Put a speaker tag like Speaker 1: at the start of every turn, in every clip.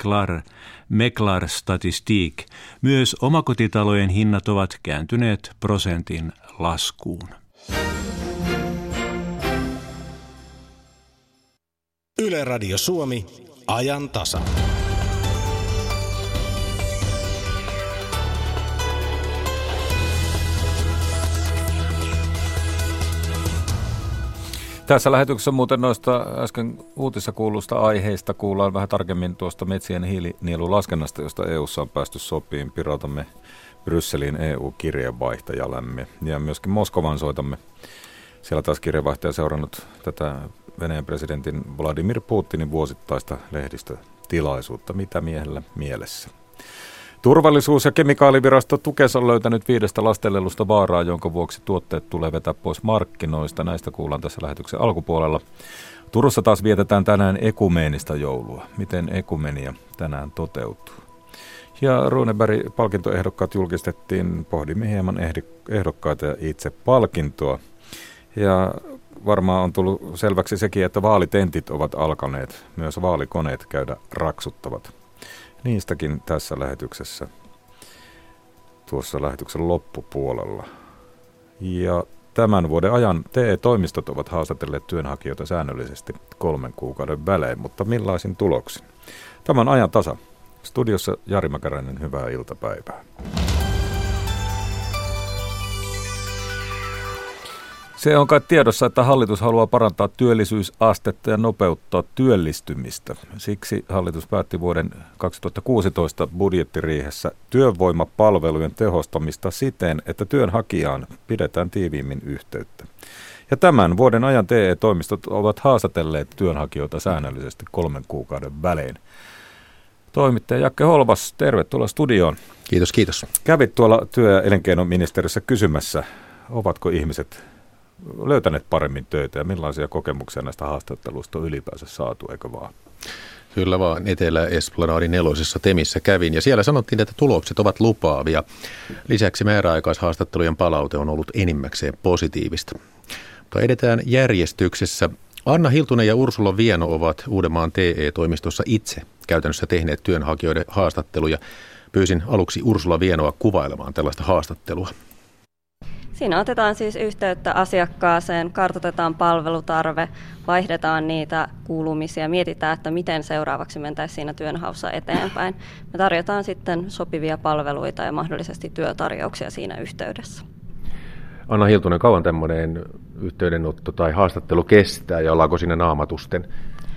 Speaker 1: Meklar Statistik, myös omakotitalojen hinnat ovat kääntyneet prosentin laskuun.
Speaker 2: Yle Radio Suomi, ajan tasa.
Speaker 3: Tässä lähetyksessä muuten noista äsken uutissa kuulusta aiheista kuullaan vähän tarkemmin tuosta metsien hiilinielulaskennasta, josta EU:ssa on päästy sopiin. Pirautamme Brysseliin EU-kirjeenvaihtajallemme ja myöskin Moskovan soitamme. Siellä taas kirjeenvaihtaja seurannut tätä Venäjän presidentin Vladimir Putinin vuosittaista lehdistötilaisuutta. Mitä miehellä mielessä? Turvallisuus- ja kemikaalivirasto Tukes on löytänyt 5 lastenlelusta vaaraa, jonka vuoksi tuotteet tulee vetää pois markkinoista. Näistä kuullaan tässä lähetyksen alkupuolella. Turussa taas vietetään tänään ekumeenista joulua. Miten ekumenia tänään toteutuu? Ja Runeberg-palkintoehdokkaat julkistettiin. Pohdimme hieman ehdokkaita ja itse palkintoa. Ja varmaan on tullut selväksi sekin, että vaalitentit ovat alkaneet. Myös vaalikoneet käydä raksuttavat. Niistäkin tässä lähetyksessä, tuossa lähetyksen loppupuolella. Ja tämän vuoden ajan TE-toimistot ovat haastatelleet työnhakijoita säännöllisesti 3 kuukauden välein, mutta millaisin tuloksin? Tämän ajan tasa. Studiossa Jari Mäkäräinen, hyvää iltapäivää. Se on kai tiedossa, että hallitus haluaa parantaa työllisyysastetta ja nopeuttaa työllistymistä. Siksi hallitus päätti vuoden 2016 budjettiriihessä työvoimapalvelujen tehostamista siten, että työnhakijaan pidetään tiiviimmin yhteyttä. Ja tämän vuoden ajan TE-toimistot ovat haastatelleet työnhakijoita säännöllisesti 3 kuukauden välein. Toimittaja Jakke Holvas, tervetuloa studioon.
Speaker 4: Kiitos, kiitos.
Speaker 3: Kävit tuolla työ- ja elinkeinoministeriössä kysymässä, ovatko ihmiset löytäneet paremmin töitä ja millaisia kokemuksia näistä haastatteluista on ylipäänsä saatu, eikö vaan?
Speaker 4: Kyllä vaan, Etelä-Esplanadin 4. Temissä kävin ja siellä sanottiin, että tulokset ovat lupaavia. Lisäksi määräaikaishaastattelujen palaute on ollut enimmäkseen positiivista. Mutta edetään järjestyksessä. Anna Hiltunen ja Ursula Vieno ovat Uudenmaan TE-toimistossa itse käytännössä tehneet työnhakijoiden haastatteluja. Pyysin aluksi Ursula Vienoa kuvailemaan tällaista haastattelua.
Speaker 5: Siinä otetaan siis yhteyttä asiakkaaseen, kartoitetaan palvelutarve, vaihdetaan niitä kuulumisia, mietitään, että miten seuraavaksi mentäisiin siinä työnhaussa eteenpäin. Me tarjotaan sitten sopivia palveluita ja mahdollisesti työtarjouksia siinä yhteydessä.
Speaker 4: Anna Hiltunen, kauan tämmöinen yhteydenotto tai haastattelu kestää ja ollaanko siinä naamatusten?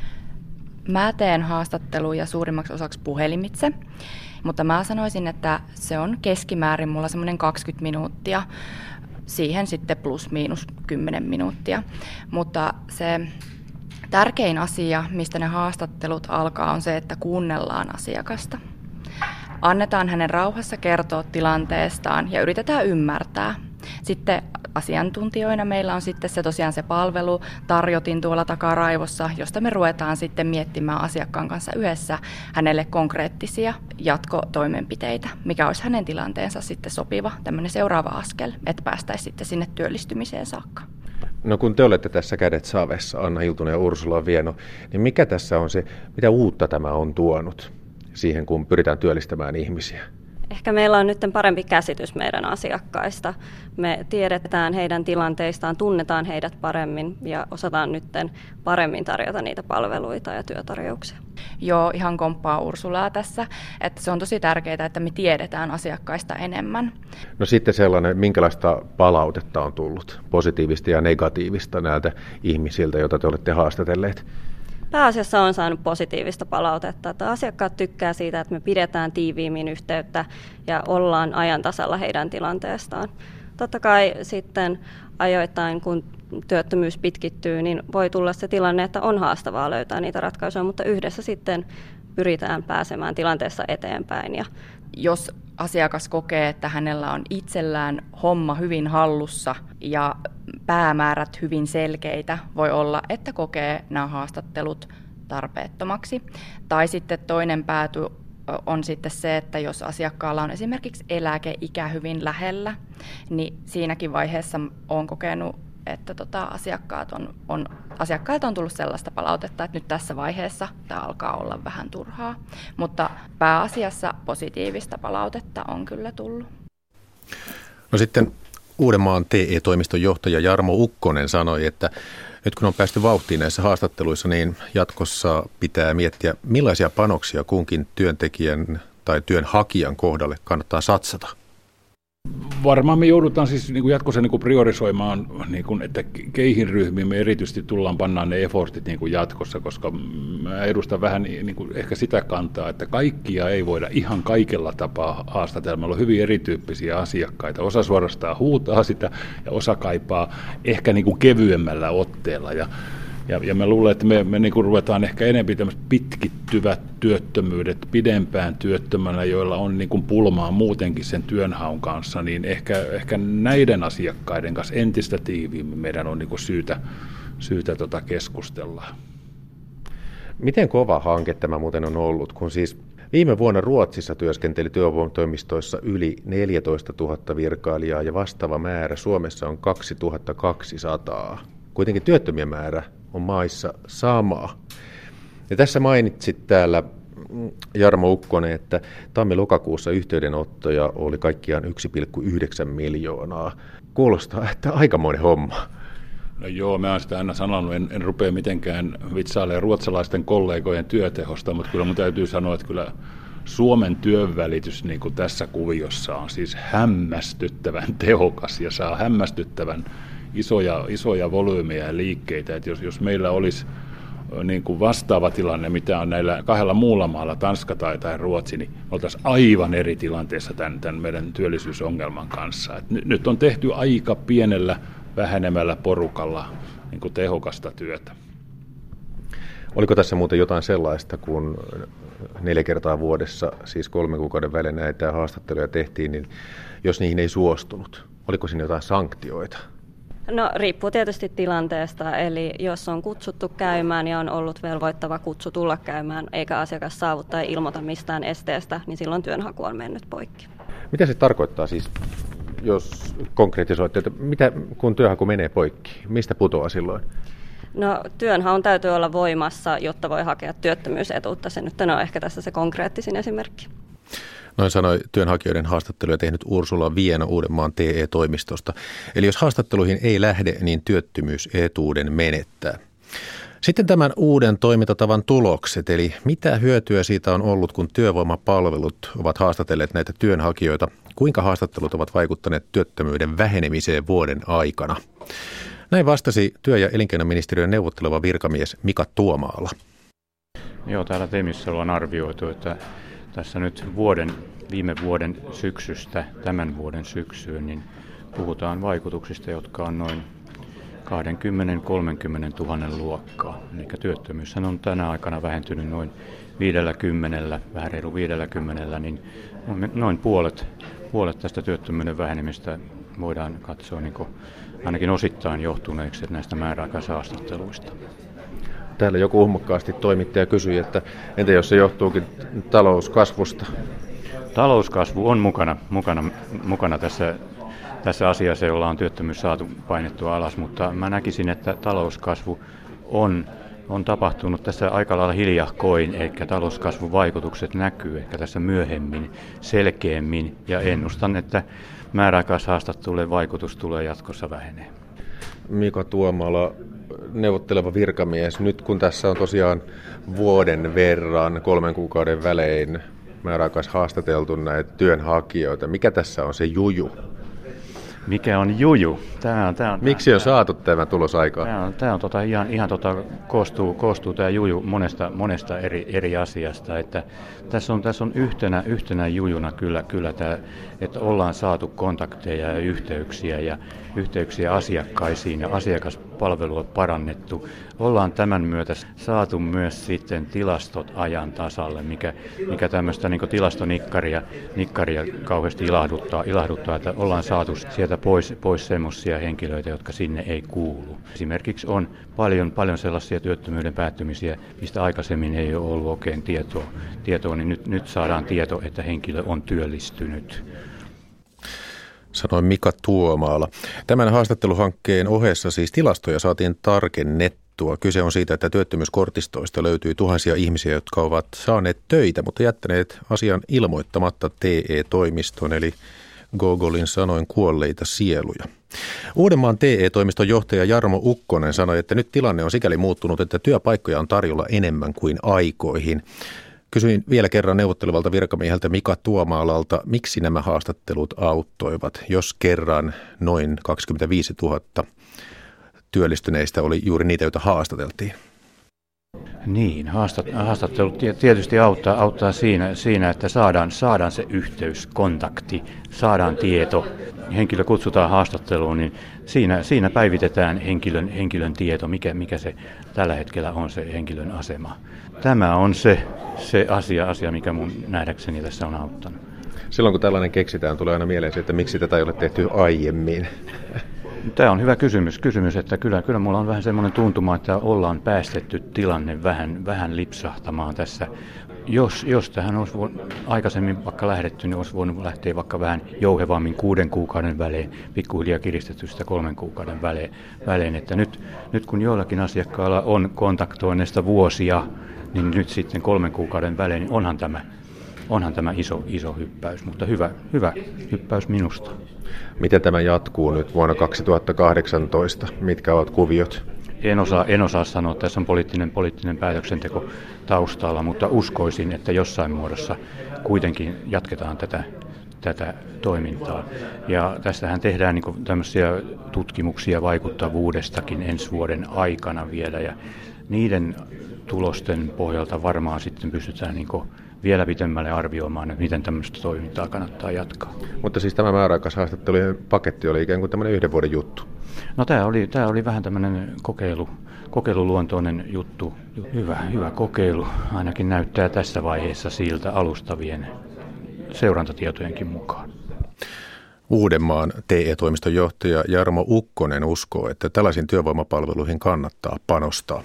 Speaker 6: Mä teen haastatteluja suurimmaksi osaksi puhelimitse, mutta mä sanoisin, että se on keskimäärin mulla semmoinen 20 minuuttia. Siihen sitten plus miinus 10 minuuttia. Mutta se tärkein asia, mistä ne haastattelut alkaa, on se, että kuunnellaan asiakasta. Annetaan hänen rauhassa kertoa tilanteestaan ja yritetään ymmärtää. Sitten asiantuntijoina meillä on sitten se palvelu, tarjotin tuolla takaraivossa, josta me ruvetaan sitten miettimään asiakkaan kanssa yhdessä hänelle konkreettisia jatkotoimenpiteitä, mikä olisi hänen tilanteensa sitten sopiva tämmöinen seuraava askel, että päästäisiin sitten sinne työllistymiseen saakka.
Speaker 4: No kun te olette tässä kädet savessa, Anna Hiltunen ja Ursula Vieno, niin mikä tässä on se, mitä uutta tämä on tuonut siihen, kun pyritään työllistämään ihmisiä?
Speaker 5: Ehkä meillä on nyt parempi käsitys meidän asiakkaista. Me tiedetään heidän tilanteistaan, tunnetaan heidät paremmin ja osataan nyt paremmin tarjota niitä palveluita ja työtarjouksia.
Speaker 6: Joo, ihan komppaa Ursulaa tässä, että se on tosi tärkeää, että me tiedetään asiakkaista enemmän.
Speaker 4: No sitten sellainen, minkälaista palautetta on tullut, positiivista ja negatiivista näiltä ihmisiltä, joita te olette haastatelleet?
Speaker 5: Pääasiassa on saanut positiivista palautetta, että asiakkaat tykkää siitä, että me pidetään tiiviimmin yhteyttä ja ollaan ajan tasalla heidän tilanteestaan. Totta kai sitten ajoittain, kun työttömyys pitkittyy, niin voi tulla se tilanne, että on haastavaa löytää niitä ratkaisuja, mutta yhdessä sitten pyritään pääsemään tilanteessa eteenpäin.
Speaker 6: Jos asiakas kokee, että hänellä on itsellään homma hyvin hallussa ja päämäärät hyvin selkeitä, voi olla, että kokee nämä haastattelut tarpeettomaksi. Tai sitten toinen pääty on sitten se, että jos asiakkaalla on esimerkiksi eläkeikä hyvin lähellä, niin siinäkin vaiheessa olen kokenut, asiakkailta on tullut sellaista palautetta, että nyt tässä vaiheessa tämä alkaa olla vähän turhaa, mutta pääasiassa positiivista palautetta on kyllä tullut.
Speaker 4: No sitten Uudenmaan TE-toimiston johtaja Jarmo Ukkonen sanoi, että nyt kun on päästy vauhtiin näissä haastatteluissa, niin jatkossa pitää miettiä, millaisia panoksia kunkin työntekijän tai työnhakijan kohdalle kannattaa satsata.
Speaker 7: Varmaan me joudutaan siis jatkossa priorisoimaan, että keihin ryhmiin me erityisesti pannaan ne effortit jatkossa, koska mä edustan vähän ehkä sitä kantaa, että kaikkia ei voida ihan kaikella tapaa haastatella. Meillä on hyvin erityyppisiä asiakkaita. Osa suorastaan huutaa sitä ja osa kaipaa ehkä kevyemmällä otteella. Ja mä luulen, että me ruvetaan ehkä enemmän tämmöiset pitkittyvät työttömyydet pidempään työttömänä, joilla on pulmaa muutenkin sen työnhaun kanssa, niin ehkä näiden asiakkaiden kanssa entistä tiiviimmin meidän on syytä keskustella.
Speaker 4: Miten kova hanke tämä muuten on ollut, kun siis viime vuonna Ruotsissa työskenteli työvoimatoimistoissa yli 14 000 virkailijaa ja vastaava määrä Suomessa on 2200. Kuitenkin työttömien määrä on maissa sama. Ja tässä mainitsit täällä, Jarmo Ukkonen, että tammi-lokakuussa yhteydenottoja oli kaikkiaan 1,9 miljoonaa. Kuulostaa, että aikamoinen homma.
Speaker 7: No joo, mä oon sitä aina sanonut, en rupea mitenkään vitsailemaan ruotsalaisten kollegojen työtehosta, mutta kyllä mun täytyy sanoa, että kyllä Suomen työnvälitys tässä kuviossa on siis hämmästyttävän tehokas ja saa hämmästyttävän isoja volyymeja ja liikkeitä, että jos meillä olisi vastaava tilanne, mitä on näillä kahdella muulla maalla, Tanska tai Ruotsi, niin oltaisiin aivan eri tilanteessa tämän meidän työllisyysongelman kanssa. Et nyt on tehty aika pienellä, vähenemällä porukalla tehokasta työtä.
Speaker 4: Oliko tässä muuten jotain sellaista, kun 4 kertaa vuodessa, siis 3 kuukauden välein näitä haastatteluja tehtiin, niin jos niihin ei suostunut, oliko siinä jotain sanktioita?
Speaker 5: No riippuu tietysti tilanteesta, eli jos on kutsuttu käymään ja on ollut velvoittava kutsu tulla käymään, eikä asiakas saavu tai ilmoita mistään esteestä, niin silloin työnhaku on mennyt poikki.
Speaker 4: Mitä se tarkoittaa siis, jos konkretisoitte, että mitä kun työnhaku menee poikki, mistä putoaa silloin?
Speaker 5: No työnhaun täytyy olla voimassa, jotta voi hakea työttömyysetuutta. Se nyt on ehkä tässä se konkreettisin esimerkki.
Speaker 4: Noin sanoi työnhakijoiden haastatteluja tehnyt Ursula Vieno Uudenmaan TE-toimistosta. Eli jos haastatteluihin ei lähde, niin työttömyysetuuden menettää. Sitten tämän uuden toimintatavan tulokset, eli mitä hyötyä siitä on ollut, kun työvoimapalvelut ovat haastatelleet näitä työnhakijoita? Kuinka haastattelut ovat vaikuttaneet työttömyyden vähenemiseen vuoden aikana? Näin vastasi työ- ja elinkeinoministeriön neuvotteleva virkamies Mika Tuomaala.
Speaker 8: Joo, täällä TEMissä ollaan arvioitu, että tässä nyt viime vuoden syksystä tämän vuoden syksyyn, niin puhutaan vaikutuksista, jotka on noin 20-30 000 luokkaa. Eli työttömyyshän on tänä aikana vähentynyt noin 50, vähän reilu 50, niin noin puolet tästä työttömyyden vähenemistä voidaan katsoa ainakin osittain johtuneeksi näistä määräaikaishaastatteluista.
Speaker 4: Täällä joku uhmakkaasti toimittaja kysyi, että entä jos se johtuukin talouskasvusta?
Speaker 8: Talouskasvu on mukana tässä asiassa, jolla on työttömyys saatu painettua alas, mutta mä näkisin, että talouskasvu on tapahtunut tässä aika lailla hiljahkoin, eikä talouskasvun vaikutukset näkyy ehkä tässä myöhemmin, selkeämmin, ja ennustan, että määräaikaishaastattelujen vaikutus tulee jatkossa vähenee.
Speaker 4: Mika Tuomala, neuvotteleva virkamies, nyt kun tässä on tosiaan vuoden verran, 3 kuukauden välein määräaikaishaastateltu näitä työnhakijoita, mikä tässä on se juju?
Speaker 8: Mikä on juju?
Speaker 4: Miksi on saatu tämä tulos aikaan?
Speaker 8: Tämä koostuu tämä juju monesta eri asiasta. Että tässä on yhtenä jujuna kyllä tämä, että ollaan saatu kontakteja ja yhteyksiä asiakkaisiin ja asiakaspalvelua parannettu. Ollaan tämän myötä saatu myös sitten tilastot ajan tasalle, mikä tämmöistä tilastonikkaria kauheasti ilahduttaa, että ollaan saatu sieltä pois semmoisia henkilöitä, jotka sinne ei kuulu. Esimerkiksi on paljon sellaisia työttömyyden päättymisiä, mistä aikaisemmin ei ole ollut oikein tietoa, niin nyt saadaan tieto, että henkilö on työllistynyt.
Speaker 4: Sanoi Mika Tuomaala. Tämän haastatteluhankkeen ohessa siis tilastoja saatiin tarkennettua. Kyse on siitä, että työttömyyskortistoista löytyy tuhansia ihmisiä, jotka ovat saaneet töitä, mutta jättäneet asian ilmoittamatta TE-toimistoon, eli Gogolin sanoin kuolleita sieluja. Uudenmaan TE-toimiston johtaja Jarmo Ukkonen sanoi, että nyt tilanne on sikäli muuttunut, että työpaikkoja on tarjolla enemmän kuin aikoihin. Kysyin vielä kerran neuvottelevalta virkamieheltä Mika Tuomaalalta, miksi nämä haastattelut auttoivat, jos kerran noin 25 000 työllistyneistä oli juuri niitä, joita haastateltiin.
Speaker 8: Niin, haastattelut tietysti auttaa siinä, että saadaan se yhteys, kontakti, saadaan tieto. Henkilö kutsutaan haastatteluun, niin siinä päivitetään henkilön tieto, mikä se tällä hetkellä on se henkilön asema. Tämä on se asia, mikä mun nähdäkseni tässä on auttanut.
Speaker 4: Silloin kun tällainen keksitään, tulee aina mieleen se, että miksi tätä ei ole tehty aiemmin.
Speaker 8: Tämä on hyvä kysymys, että kyllä mulla on vähän semmoinen tuntuma, että ollaan päästetty tilanne vähän lipsahtamaan tässä. Jos tähän olisi aikaisemmin vaikka lähdetty, niin olisi voinut lähteä vaikka vähän jouhevammin 6 kuukauden välein, pikkuhiljaa kiristetty sitä 3 kuukauden välein. Että nyt kun joillakin asiakkailla on kontaktoinnista vuosia, niin nyt sitten 3 kuukauden välein, niin onhan tämä iso hyppäys, mutta hyvä hyppäys minusta.
Speaker 4: Miten tämä jatkuu nyt vuonna 2018? Mitkä ovat kuviot?
Speaker 8: En osaa sanoa, tässä on poliittinen päätöksenteko taustalla, mutta uskoisin, että jossain muodossa kuitenkin jatketaan tätä toimintaa. Ja tästähän tehdään niin tämmöisiä tutkimuksia vaikuttavuudestakin ensi vuoden aikana vielä, ja niiden tulosten pohjalta varmaan sitten pystytään niin vielä pitemmälle arvioimaan, että miten tämmöistä toimintaa kannattaa jatkaa.
Speaker 4: Mutta siis tämä määräaikaishaastattelujen paketti oli ikään kuin tämmöinen 1 vuoden juttu.
Speaker 8: No tämä oli vähän tämmöinen kokeiluluontoinen juttu. Hyvä kokeilu, ainakin näyttää tässä vaiheessa siltä alustavien seurantatietojenkin mukaan.
Speaker 4: Uudenmaan TE-toimiston johtaja Jarmo Ukkonen uskoo, että tällaisiin työvoimapalveluihin kannattaa panostaa.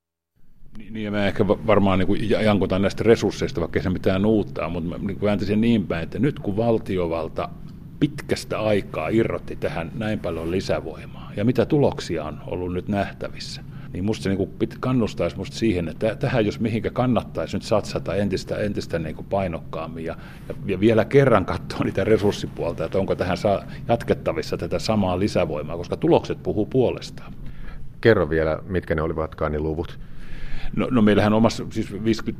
Speaker 7: Niin, ja mä ehkä varmaan niin jankutan näistä resursseista, vaikka ei se mitään uuttaa, mutta mä vääntäisin niin päin, että nyt kun valtiovalta pitkästä aikaa irrotti tähän näin paljon lisävoimaa, ja mitä tuloksia on ollut nyt nähtävissä, niin musta se niin kannustaisi musta siihen, että tähän jos mihinkä kannattaisi nyt satsata entistä niin painokkaammin, ja vielä kerran katsoa niitä resurssipuolta, että onko tähän jatkettavissa tätä samaa lisävoimaa, koska tulokset puhuu puolestaan.
Speaker 4: Kerro vielä, mitkä ne olivatkaan ne luvut.
Speaker 7: No meillähän omassa, siis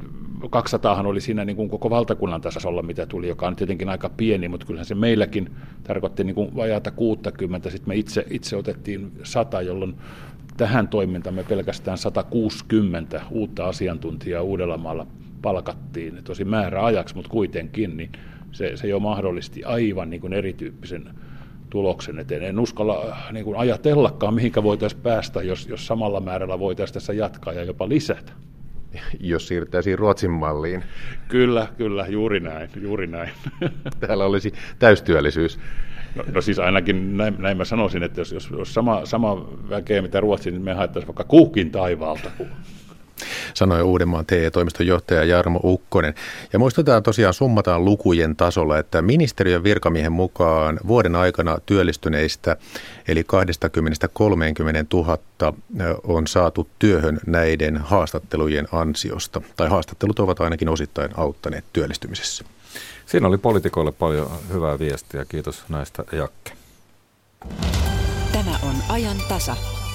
Speaker 7: 200 oli siinä niin kuin koko valtakunnan tasolla, mitä tuli, joka on tietenkin aika pieni, mutta kyllähän se meilläkin tarkoitti niin kuin vajaata 60, sitten me itse otettiin 100, jolloin tähän toimintaan me pelkästään 160 uutta asiantuntijaa Uudellamaalla palkattiin, tosi määräajaksi, mutta kuitenkin, niin se jo mahdollisti aivan niin kuin erityyppisen tuloksen eteen. En uskalla niin kuin ajatellakaan, mihinkä voitaisiin päästä, jos samalla määrällä voitaisiin tässä jatkaa ja jopa lisätä.
Speaker 4: Jos siirryttäisiin Ruotsin malliin.
Speaker 7: Kyllä, juuri näin.
Speaker 4: Täällä olisi täystyöllisyys.
Speaker 7: No siis ainakin näin mä sanoisin, että jos sama väkeä mitä Ruotsin, niin me haettaisiin vaikka kuukin taivaalta.
Speaker 4: Sanoi Uudenmaan TE-toimiston johtaja Jarmo Ukkonen. Ja muistetaan tosiaan, summataan lukujen tasolla, että ministeriön virkamiehen mukaan vuoden aikana työllistyneistä, eli 20-30 000 on saatu työhön näiden haastattelujen ansiosta. Tai haastattelut ovat ainakin osittain auttaneet työllistymisessä.
Speaker 3: Siinä oli poliitikoille paljon hyvää viestiä. Kiitos näistä, Jakke.
Speaker 9: Tämä on ajan tasa.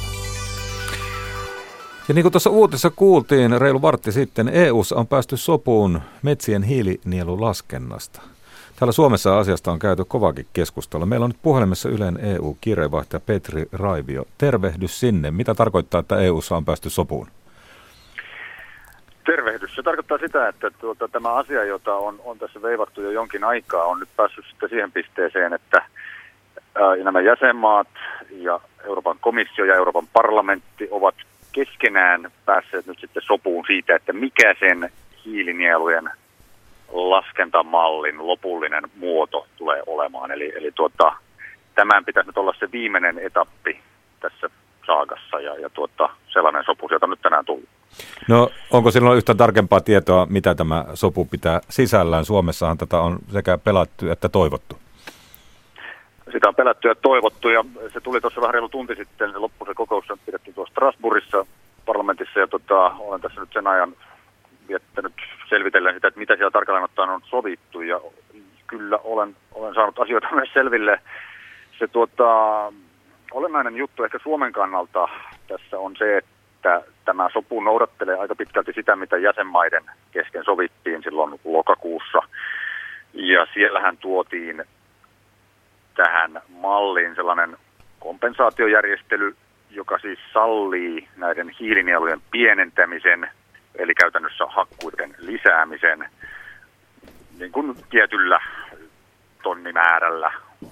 Speaker 3: Ja niin kuin tuossa uutisessa kuultiin reilu vartti sitten, EU:ssa on päästy sopuun metsien hiilinielulaskennasta. Täällä Suomessa asiasta on käyty kovakin keskustelua. Meillä on nyt puhelimessa Ylen EU-kirjeenvaihtaja Petri Raivio. Tervehdys sinne. Mitä tarkoittaa, että EU:ssa on päästy sopuun?
Speaker 10: Tervehdys. Se tarkoittaa sitä, että tämä asia, jota on tässä veivattu jo jonkin aikaa, on nyt päässyt sitten siihen pisteeseen, että nämä jäsenmaat ja Euroopan komissio ja Euroopan parlamentti ovat keskenään päässeet nyt sitten sopuun siitä, että mikä sen hiilinielujen laskentamallin lopullinen muoto tulee olemaan. Eli tämän pitäisi nyt olla se viimeinen etappi tässä saagassa ja sellainen sopu, jota nyt tänään tullut.
Speaker 3: No onko silloin yhtä tarkempaa tietoa, mitä tämä sopu pitää sisällään? Suomessahan tätä on sekä pelattu että toivottu.
Speaker 10: Sitä on pelätty ja toivottu, ja se tuli tuossa vähän reilu tunti sitten, se loppu se kokous pidettiin tuossa Strasbourgissa parlamentissa, ja olen tässä nyt sen ajan viettänyt selvitellen sitä, että mitä siellä tarkalleen ottaen on sovittu, ja kyllä olen saanut asioita myös selville. Se olennainen juttu ehkä Suomen kannalta tässä on se, että tämä sopu noudattelee aika pitkälti sitä, mitä jäsenmaiden kesken sovittiin silloin lokakuussa, ja siellähän tuotiin tähän malliin sellainen kompensaatiojärjestely, joka siis sallii näiden hiilinielujen pienentämisen, eli käytännössä hakkuiden lisäämisen niin kuin tietyllä tonnimäärällä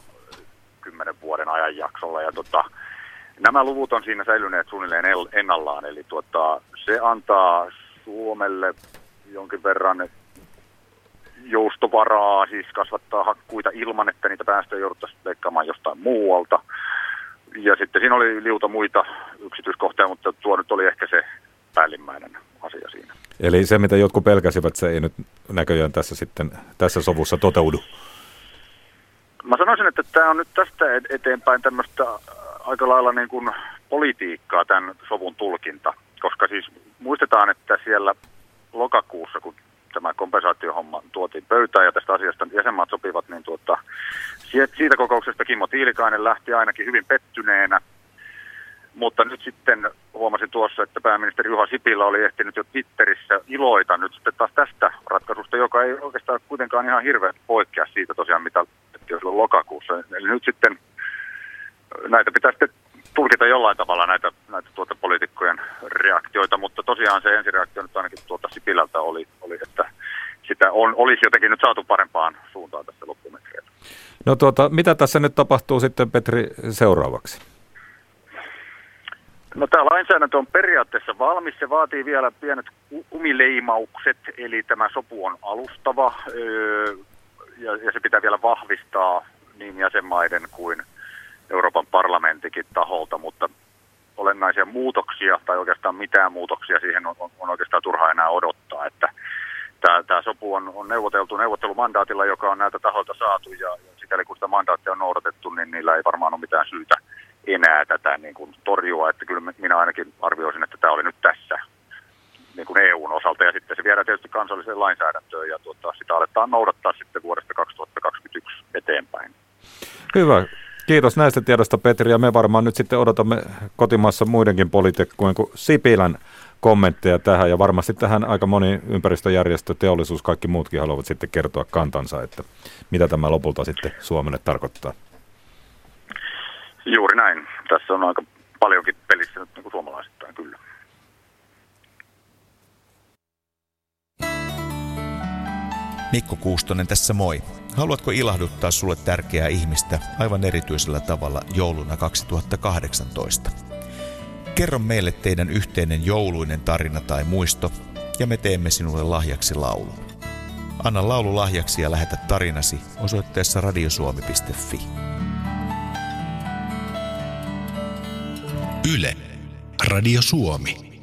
Speaker 10: 10 vuoden ajanjaksolla. Ja nämä luvut on siinä säilyneet suunnilleen ennallaan, eli se antaa Suomelle jonkin verran joustovaraa, siis kasvattaa hakkuita ilman, että niitä päästöjä jouduttaisiin leikkaamaan jostain muualta. Ja sitten siinä oli liuta muita yksityiskohtia, mutta tuo nyt oli ehkä se päällimmäinen asia siinä.
Speaker 3: Eli se, mitä jotkut pelkäsivät, se ei nyt näköjään tässä sovussa toteudu.
Speaker 10: Mä sanoisin, että tämä on nyt tästä eteenpäin tämmöistä aika lailla niin kuin politiikkaa, tämän sovun tulkinta. Koska siis muistetaan, että siellä lokakuussa, kun tämä kompensaatiohomma tuotiin pöytään ja tästä asiasta jäsenmaat sopivat, niin siitä kokouksesta Kimmo Tiilikainen lähti ainakin hyvin pettyneenä. Mutta nyt sitten huomasin tuossa, että pääministeri Juha Sipilä oli ehtinyt jo Twitterissä iloita nyt sitten taas tästä ratkaisusta, joka ei oikeastaan kuitenkaan ihan hirveän poikkea siitä tosiaan, mitä tehtiin silloin lokakuussa. Eli nyt sitten näitä pitää sitten tulkita jollain tavalla näitä poliitikkojen reaktioita, mutta tosiaan se ensireaktio nyt ainakin Sipilältä oli että sitä olisi jotenkin nyt saatu parempaan suuntaan tässä loppumetreillä.
Speaker 3: No mitä tässä nyt tapahtuu sitten, Petri, seuraavaksi?
Speaker 10: No tämä lainsäädäntö on periaatteessa valmis, se vaatii vielä pienet kumileimaukset, eli tämä sopu on alustava ja se pitää vielä vahvistaa niin jäsenmaiden kuin Euroopan parlamentikin taholta, mutta olennaisia muutoksia tai oikeastaan mitään muutoksia siihen on oikeastaan turhaa enää odottaa, että tämä sopu on neuvoteltu neuvottelumandaatilla, joka on näiltä tahoilta saatu ja sikäli kun sitä mandaattia on noudatettu, niin niillä ei varmaan ole mitään syytä enää tätä niin kuin torjua, että kyllä minä ainakin arvioisin, että tämä oli nyt tässä niin kuin EUn osalta ja sitten se viedään tietysti kansalliseen lainsäädäntöön ja sitä aletaan noudattaa sitten vuodesta 2021 eteenpäin.
Speaker 3: Hyvä. Kiitos näistä tiedosta, Petri, ja me varmaan nyt sitten odotamme kotimaassa muidenkin poliitikkojen kuin Sipilän kommentteja tähän, ja varmasti tähän aika moni ympäristöjärjestö, teollisuus, kaikki muutkin haluavat sitten kertoa kantansa, että mitä tämä lopulta sitten Suomelle tarkoittaa.
Speaker 10: Juuri näin. Tässä on aika paljonkin pelissä nyt niin kuin suomalaisittain, kyllä.
Speaker 11: Mikko Kuustonen tässä moi. Haluatko ilahduttaa sulle tärkeää ihmistä aivan erityisellä tavalla jouluna 2018? Kerro meille teidän yhteinen jouluinen tarina tai muisto, ja me teemme sinulle lahjaksi laulun. Anna laulu lahjaksi ja lähetä tarinasi osoitteessa radiosuomi.fi.
Speaker 2: Yle, Radio Suomi.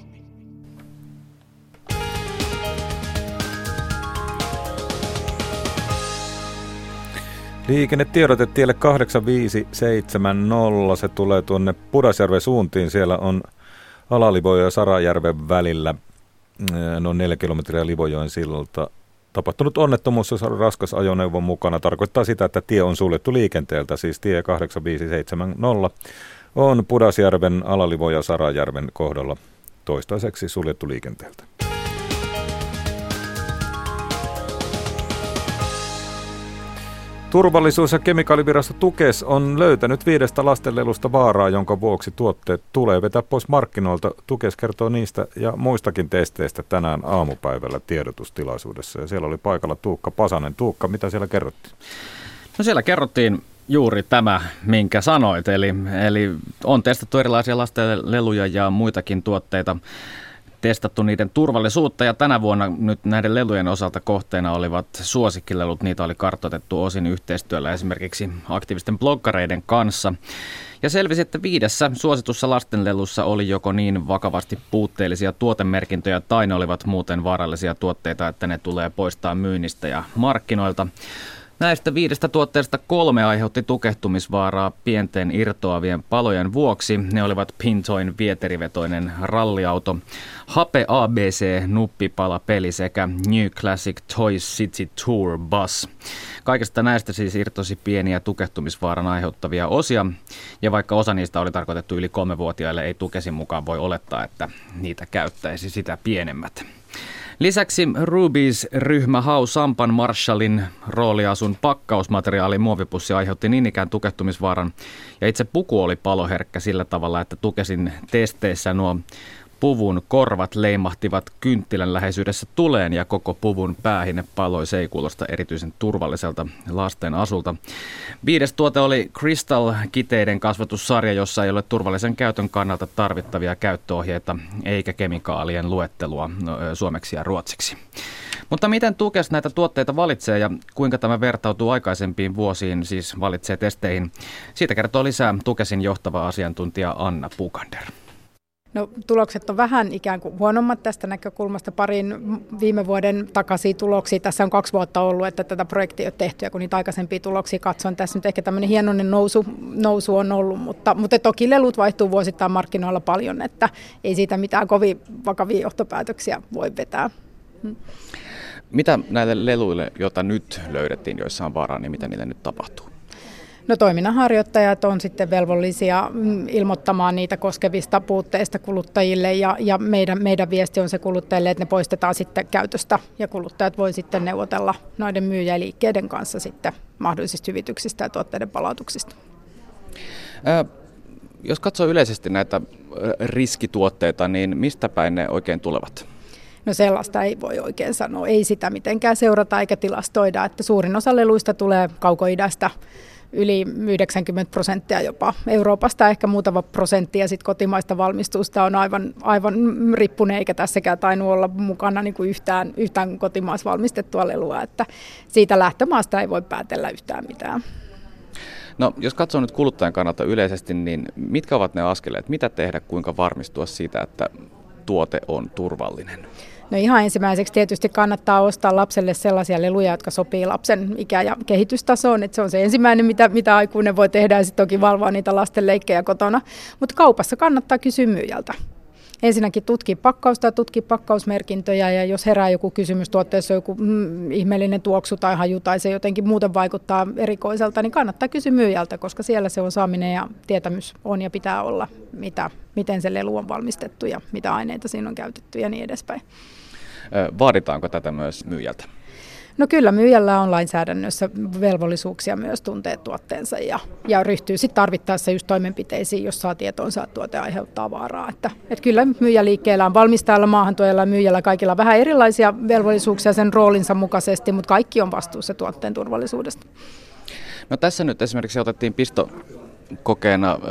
Speaker 3: Liikennetiedote tielle 8570, se tulee tuonne Pudasjärven suuntiin. Siellä on Ala-Livojoen ja Sarajärven välillä noin 4 kilometriä Livojoen sillalta tapahtunut onnettomuus, jossa on raskas ajoneuvo mukana. Tarkoittaa sitä, että tie on suljettu liikenteeltä, siis tie 8570 on Pudasjärven, Ala-Livojoen ja Sarajärven kohdalla toistaiseksi suljettu liikenteeltä. Turvallisuus- ja kemikaalivirasto Tukes on löytänyt 5 lastenlelusta vaaraa, jonka vuoksi tuotteet tulee vetää pois markkinoilta. Tukes kertoo niistä ja muistakin testeistä tänään aamupäivällä tiedotustilaisuudessa. Ja siellä oli paikalla Tuukka Pasanen. Tuukka, mitä siellä kerrottiin?
Speaker 12: No siellä kerrottiin juuri tämä, minkä sanoit. Eli on testattu erilaisia lastenleluja ja muitakin tuotteita. Testattu niiden turvallisuutta ja tänä vuonna nyt näiden lelujen osalta kohteena olivat suosikkilelut. Niitä oli kartoitettu osin yhteistyöllä esimerkiksi aktiivisten bloggareiden kanssa. Ja selvisi, että 5 suositussa lastenlelussa oli joko niin vakavasti puutteellisia tuotemerkintöjä tai ne olivat muuten vaarallisia tuotteita, että ne tulee poistaa myynnistä ja markkinoilta. Näistä 5 tuotteesta 3 aiheutti tukehtumisvaaraa pienten irtoavien palojen vuoksi. Ne olivat Pintoin vieterivetoinen ralliauto, Hape ABC-nuppipalapeli sekä New Classic Toy City Tour Bus. Kaikesta näistä siis irtosi pieniä tukehtumisvaaran aiheuttavia osia, ja vaikka osa niistä oli tarkoitettu yli 3-vuotiaille, ei Tukesin mukaan voi olettaa, että niitä käyttäisi sitä pienemmät. Lisäksi Rubies-ryhmä How Sampan Marshallin rooliasun pakkausmateriaali muovipussi aiheutti niin ikään tukehtumisvaaran, ja itse puku oli paloherkkä sillä tavalla, että Tukesin testeissä nuo puvun korvat leimahtivat kynttilän läheisyydessä tuleen ja koko puvun päähine paloi. Se ei kuulosta erityisen turvalliselta lasten asulta. 5. tuote oli Crystal-kiteiden kasvatussarja, jossa ei ole turvallisen käytön kannalta tarvittavia käyttöohjeita eikä kemikaalien luettelua suomeksi ja ruotsiksi. Mutta miten Tukes näitä tuotteita valitsee ja kuinka tämä vertautuu aikaisempiin vuosiin, siis valitsee testeihin? Siitä kertoo lisää Tukesin johtava asiantuntija Anna Pukander.
Speaker 13: No, tulokset on vähän ikään kuin huonommat tästä näkökulmasta. Parin viime vuoden takaisia tuloksia. Tässä on 2 vuotta ollut, että tätä projektia on tehty, ja kun niitä aikaisempia tuloksia katson, tässä nyt ehkä tämmöinen hienoinen nousu on ollut, mutta toki lelut vaihtuu vuosittain markkinoilla paljon, että ei siitä mitään kovin vakavia johtopäätöksiä voi vetää.
Speaker 12: Mitä näille leluille, joita nyt löydettiin, joissa on vaaraa, niin mitä niille nyt tapahtuu?
Speaker 13: No, toiminnanharjoittajat on sitten velvollisia ilmoittamaan niitä koskevista puutteista kuluttajille, ja meidän viesti on se kuluttajille, että ne poistetaan sitten käytöstä, ja kuluttajat voi sitten neuvotella noiden myyjäliikkeiden kanssa sitten mahdollisista hyvityksistä ja tuotteiden palautuksista.
Speaker 12: Jos katsoo yleisesti näitä riskituotteita, niin mistä päin ne oikein tulevat?
Speaker 13: No, sellaista ei voi oikein sanoa. Ei sitä mitenkään seurata eikä tilastoida, että suurin osa leluista tulee Kaukoidästä, yli 90% jopa Euroopasta, ehkä muutama prosentti, ja sitten kotimaista valmistusta on aivan rippunen, eikä tässäkään tainnut olla mukana niin kuin yhtään kotimaassa valmistettua lelua, että siitä lähtömaasta ei voi päätellä yhtään mitään.
Speaker 12: No, jos katsoo nyt kuluttajan kannalta yleisesti, niin mitkä ovat ne askeleet? Mitä tehdä, kuinka varmistua siitä, että tuote on turvallinen?
Speaker 13: No, ihan ensimmäiseksi tietysti kannattaa ostaa lapselle sellaisia leluja, jotka sopii lapsen ikä- ja kehitystasoon. Että se on se ensimmäinen, mitä aikuinen voi tehdä, ja sitten toki valvoa niitä lasten leikkejä kotona. Mutta kaupassa kannattaa kysyä myyjältä. Ensinnäkin tutki pakkausta ja tutki pakkausmerkintöjä, ja jos herää joku kysymys, tuotteessa on joku ihmeellinen tuoksu tai haju tai se jotenkin muuten vaikuttaa erikoiselta, niin kannattaa kysyä myyjältä, koska siellä se osaaminen ja tietämys on ja pitää olla, miten se lelu on valmistettu ja mitä aineita siinä on käytetty ja niin edespäin.
Speaker 12: Vaaditaanko tätä myös myyjältä?
Speaker 13: No, kyllä myyjällä on lainsäädännössä velvollisuuksia myös tuntea tuotteensa ja ryhtyy sitten tarvittaessa just toimenpiteisiin, jos saa tietoonsa, että tuote aiheuttaa vaaraa. Että kyllä myyjäliikkeellä on valmistajalla, maahantuojalla ja myyjällä kaikilla vähän erilaisia velvollisuuksia sen roolinsa mukaisesti, mutta kaikki on vastuussa tuotteen turvallisuudesta.
Speaker 12: No, tässä nyt esimerkiksi otettiin pistokokeena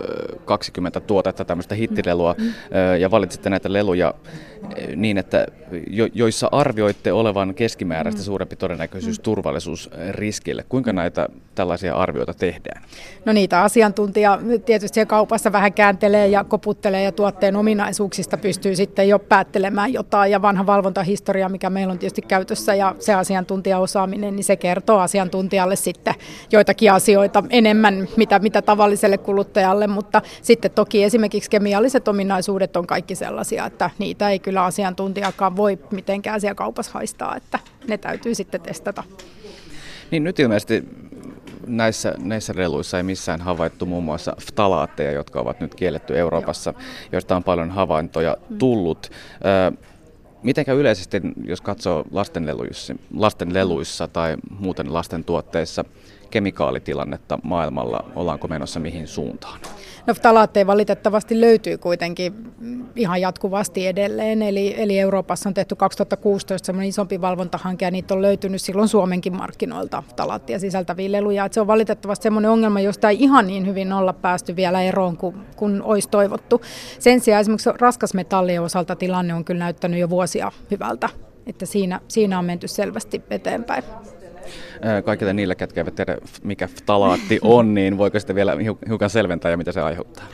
Speaker 12: 20 tuotetta, tämmöistä hittilelua, ja valitsitte näitä leluja niin, että joissa arvioitte olevan keskimääräistä suurempi todennäköisyys turvallisuusriskille. Kuinka näitä tällaisia arvioita tehdään?
Speaker 13: No, niitä asiantuntija tietysti kaupassa vähän kääntelee ja koputtelee, ja tuotteen ominaisuuksista pystyy sitten jo päättelemään jotain, ja vanha valvontahistoria, mikä meillä on tietysti käytössä, ja se asiantuntijaosaaminen, niin se kertoo asiantuntijalle sitten joitakin asioita enemmän, mitä tavalliselle kuluttajalle, mutta sitten toki esimerkiksi kemialliset ominaisuudet on kaikki sellaisia, että niitä ei kyllä asiantuntijakaan voi mitenkään siellä kaupassa haistaa, että ne täytyy sitten testata.
Speaker 12: Niin, nyt ilmeisesti näissä leluissa ei missään havaittu muun muassa ftalaatteja, jotka ovat nyt kielletty Euroopassa, joista on paljon havaintoja tullut. Mitenkä yleisesti, jos katsoo lasten leluissa tai muuten lasten tuotteissa, kemikaalitilannetta maailmalla, ollaanko menossa mihin suuntaan?
Speaker 13: No, ftalaatteja valitettavasti löytyy kuitenkin ihan jatkuvasti edelleen, eli Euroopassa on tehty 2016 semmoinen isompi valvontahanke, ja niitä on löytynyt silloin Suomenkin markkinoilta ftalaattia sisältäviä leluja. Et se on valitettavasti semmoinen ongelma, josta ei ihan niin hyvin olla päästy vielä eroon kuin olisi toivottu. Sen sijaan esimerkiksi raskasmetallien osalta tilanne on kyllä näyttänyt jo vuosia hyvältä, että siinä on menty selvästi eteenpäin.
Speaker 12: Kaikille niille, ketkä eivät tiedä, mikä ftalaatti on, niin voiko sitten vielä hiukan selventää ja mitä se aiheuttaa?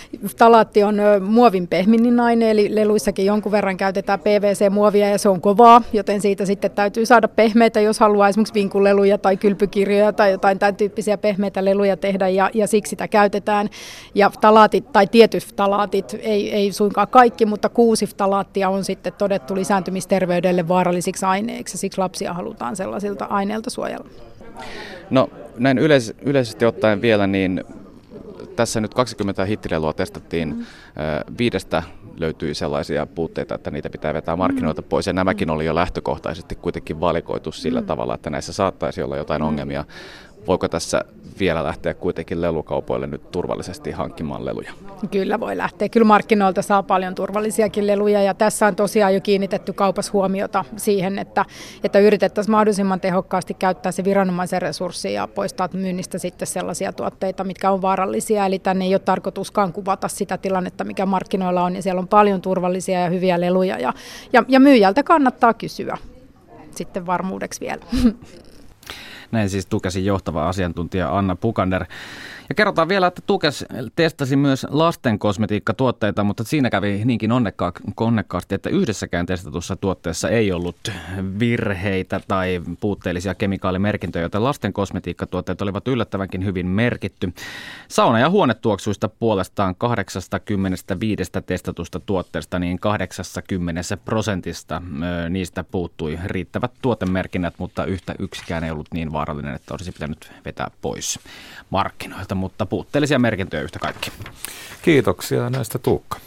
Speaker 13: Ftalaatti on muovin pehminin aine, eli leluissakin jonkun verran käytetään PVC-muovia ja se on kovaa, joten siitä sitten täytyy saada pehmeitä, jos haluaa esimerkiksi vinkuleluja tai kylpykirjoja tai jotain tämän tyyppisiä pehmeitä leluja tehdä ja siksi sitä käytetään. Ja ftalaatit tai tietyt ftalaatit, ei suinkaan kaikki, mutta 6 ftalaattia on sitten todettu lisääntymisterveydelle vaarallisiksi aineiksi ja siksi lapsia halutaan sellaisilta aineilta suojella.
Speaker 12: No näin yleisesti ottaen vielä, niin tässä nyt 20 hittilelua testattiin, 5 löytyi sellaisia puutteita, että niitä pitää vetää markkinoilta pois. Ja nämäkin oli jo lähtökohtaisesti kuitenkin valikoitu sillä tavalla, että näissä saattaisi olla jotain ongelmia. Voiko tässä vielä lähteä kuitenkin lelukaupoille nyt turvallisesti hankkimaan leluja?
Speaker 13: Kyllä voi lähteä. Kyllä markkinoilta saa paljon turvallisiakin leluja ja tässä on tosiaan jo kiinnitetty kaupassa huomiota siihen, että yritettäisiin mahdollisimman tehokkaasti käyttää se viranomaisen resurssi ja poistaa myynnistä sitten sellaisia tuotteita, mitkä on vaarallisia. Eli tänne ei ole tarkoituskaan kuvata sitä tilannetta, mikä markkinoilla on ja siellä on paljon turvallisia ja hyviä leluja ja myyjältä kannattaa kysyä sitten varmuudeksi vielä.
Speaker 12: Näin siis Tukesin johtava asiantuntija Anna Pukander. Ja kerrotaan vielä, että Tukes testasi myös lasten kosmetiikkatuotteita, mutta siinä kävi niinkin onnekkaasti, että yhdessäkään testatussa tuotteessa ei ollut virheitä tai puutteellisia kemikaalimerkintöjä, joten lasten kosmetiikkatuotteet olivat yllättävänkin hyvin merkitty. Sauna- ja huonetuoksuista puolestaan 85 testatusta tuotteesta, niin 80% niistä puuttui riittävät tuotemerkinnät, mutta yksikään ei ollut niin vaarallinen, että olisi pitänyt vetää pois markkinoilta, mutta puutteellisia merkintöjä yhtä kaikki.
Speaker 3: Kiitoksia näistä, Tuukka.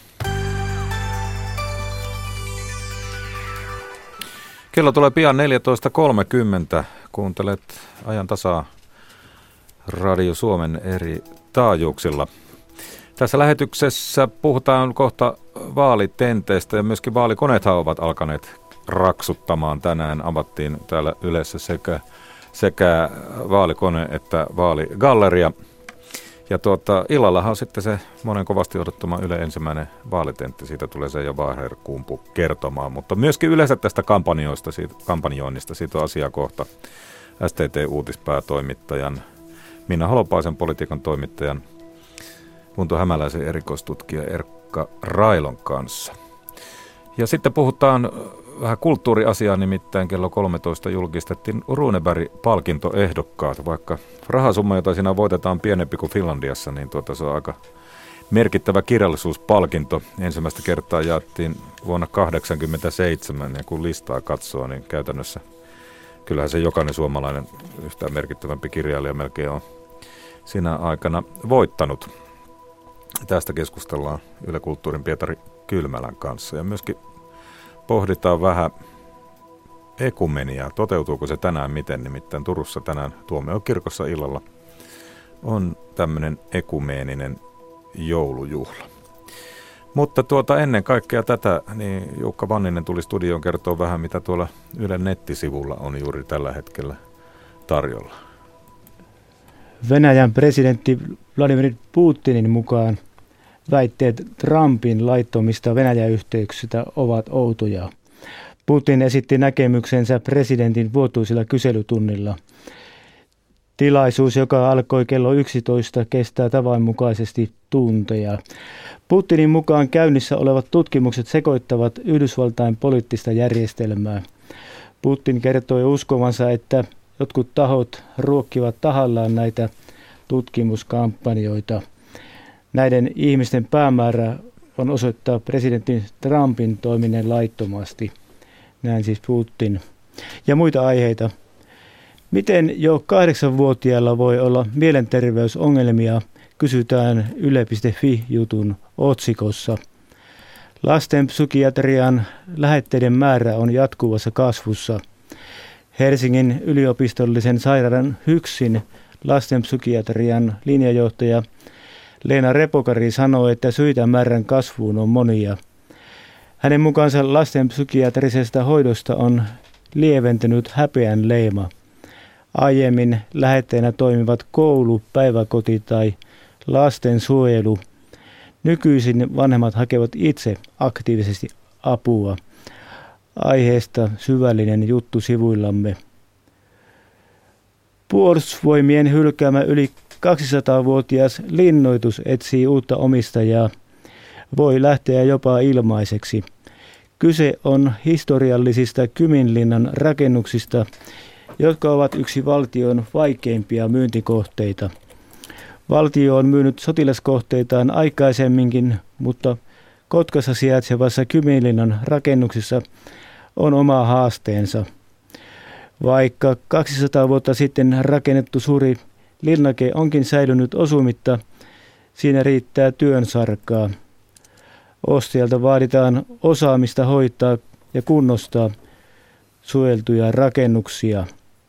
Speaker 3: Kello tulee pian 14.30. Kuuntelet Ajan tasaa Radio Suomen eri taajuuksilla. Tässä lähetyksessä puhutaan kohta vaalitenteistä ja myöskin vaalikoneethan ovat alkaneet raksuttamaan. Tänään avattiin täällä Ylessä sekä vaalikone että vaaligalleria. Ja illallahan on sitten se monen kovasti odottama Yle ensimmäinen vaalitentti. Siitä tulee se jo Waher-kumpu kertomaan. Mutta myöskin yleensä tästä kampanjoinnista. Siitä on asiaa kohta STT-uutispäätoimittajan Minna Holopaisen, politiikan toimittajan Unto Hämäläisen erikoistutkija Erkka Railon kanssa. Ja sitten puhutaan vähän kulttuuriasiaa, nimittäin kello 13 julkistettiin Runeberg-palkintoehdokkaat. Vaikka rahasumma, jota siinä voitetaan pienempi kuin Finlandiassa, niin se on aika merkittävä kirjallisuuspalkinto. Ensimmäistä kertaa jaettiin vuonna 1987, ja kun listaa katsoo, niin käytännössä kyllähän se jokainen suomalainen yhtään merkittävämpi kirjailija melkein on siinä aikana voittanut. Tästä keskustellaan Yle Kulttuurin Pietari Kylmälän kanssa ja myöskin pohditaan vähän ekumeniaa. Toteutuuko se tänään miten? Nimittäin Turussa tänään Tuomiokirkossa illalla on tämmöinen ekumeeninen joulujuhla. Mutta ennen kaikkea tätä, niin Jukka Vanninen tuli studioon kertoa vähän, mitä tuolla Ylen nettisivulla on juuri tällä hetkellä tarjolla.
Speaker 14: Venäjän presidentti Vladimir Putinin mukaan väitteet Trumpin laittomista Venäjä-yhteyksistä ovat outoja. Putin esitti näkemyksensä presidentin vuotuisella kyselytunnilla. Tilaisuus, joka alkoi kello 11, kestää tavanmukaisesti tunteja. Putinin mukaan käynnissä olevat tutkimukset sekoittavat Yhdysvaltain poliittista järjestelmää. Putin kertoi uskovansa, että jotkut tahot ruokkivat tahallaan näitä tutkimuskampanjoita. Näiden ihmisten päämäärä on osoittaa presidentti Trumpin toiminnan laittomasti. Näin siis Putin. Ja muita aiheita. Miten jo 8-vuotiailla voi olla mielenterveysongelmia, kysytään yle.fi-jutun otsikossa. Lastenpsykiatrian lähetteiden määrä on jatkuvassa kasvussa. Helsingin yliopistollisen sairaalan HYKSin lastenpsykiatrian linjajohtaja Leena Repokari sanoo, että syitä määrän kasvuun on monia. Hänen mukaansa lastenpsykiatrisesta hoidosta on lieventynyt häpeän leima. Aiemmin lähetteenä toimivat koulu, päiväkoti tai lastensuojelu. Nykyisin vanhemmat hakevat itse aktiivisesti apua. Aiheesta syvällinen juttu sivuillamme. Puolustusvoimien hylkäämä yli 200-vuotias linnoitus etsii uutta omistajaa, voi lähteä jopa ilmaiseksi. Kyse on historiallisista Kyminlinnan rakennuksista, jotka ovat yksi valtion vaikeimpia myyntikohteita. Valtio on myynyt sotilaskohteitaan aikaisemminkin, mutta Kotkassa sijaitsevassa Kyminlinnan rakennuksissa on oma haasteensa. Vaikka 200 vuotta sitten rakennettu suuri linnake onkin säilynyt osumitta, siinä riittää työnsarkaa. Ostajalta vaaditaan osaamista hoitaa ja kunnostaa suojeltuja rakennuksia.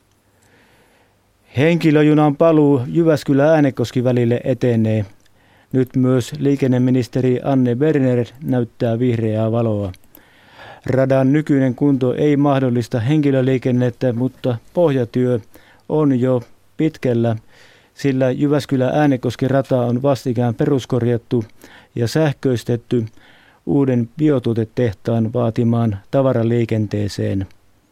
Speaker 14: Henkilöjunan paluu Jyväskylä-Äänekoski välille etenee. Nyt myös liikenneministeri Anne Berner näyttää vihreää valoa. Radan nykyinen kunto ei mahdollista henkilöliikennettä, mutta pohjatyö on jo pitkällä, sillä Jyväskylä-Äänekoski rata on vastikään peruskorjattu ja sähköistetty uuden biotuotetehtaan vaatimaan tavaraliikenteeseen.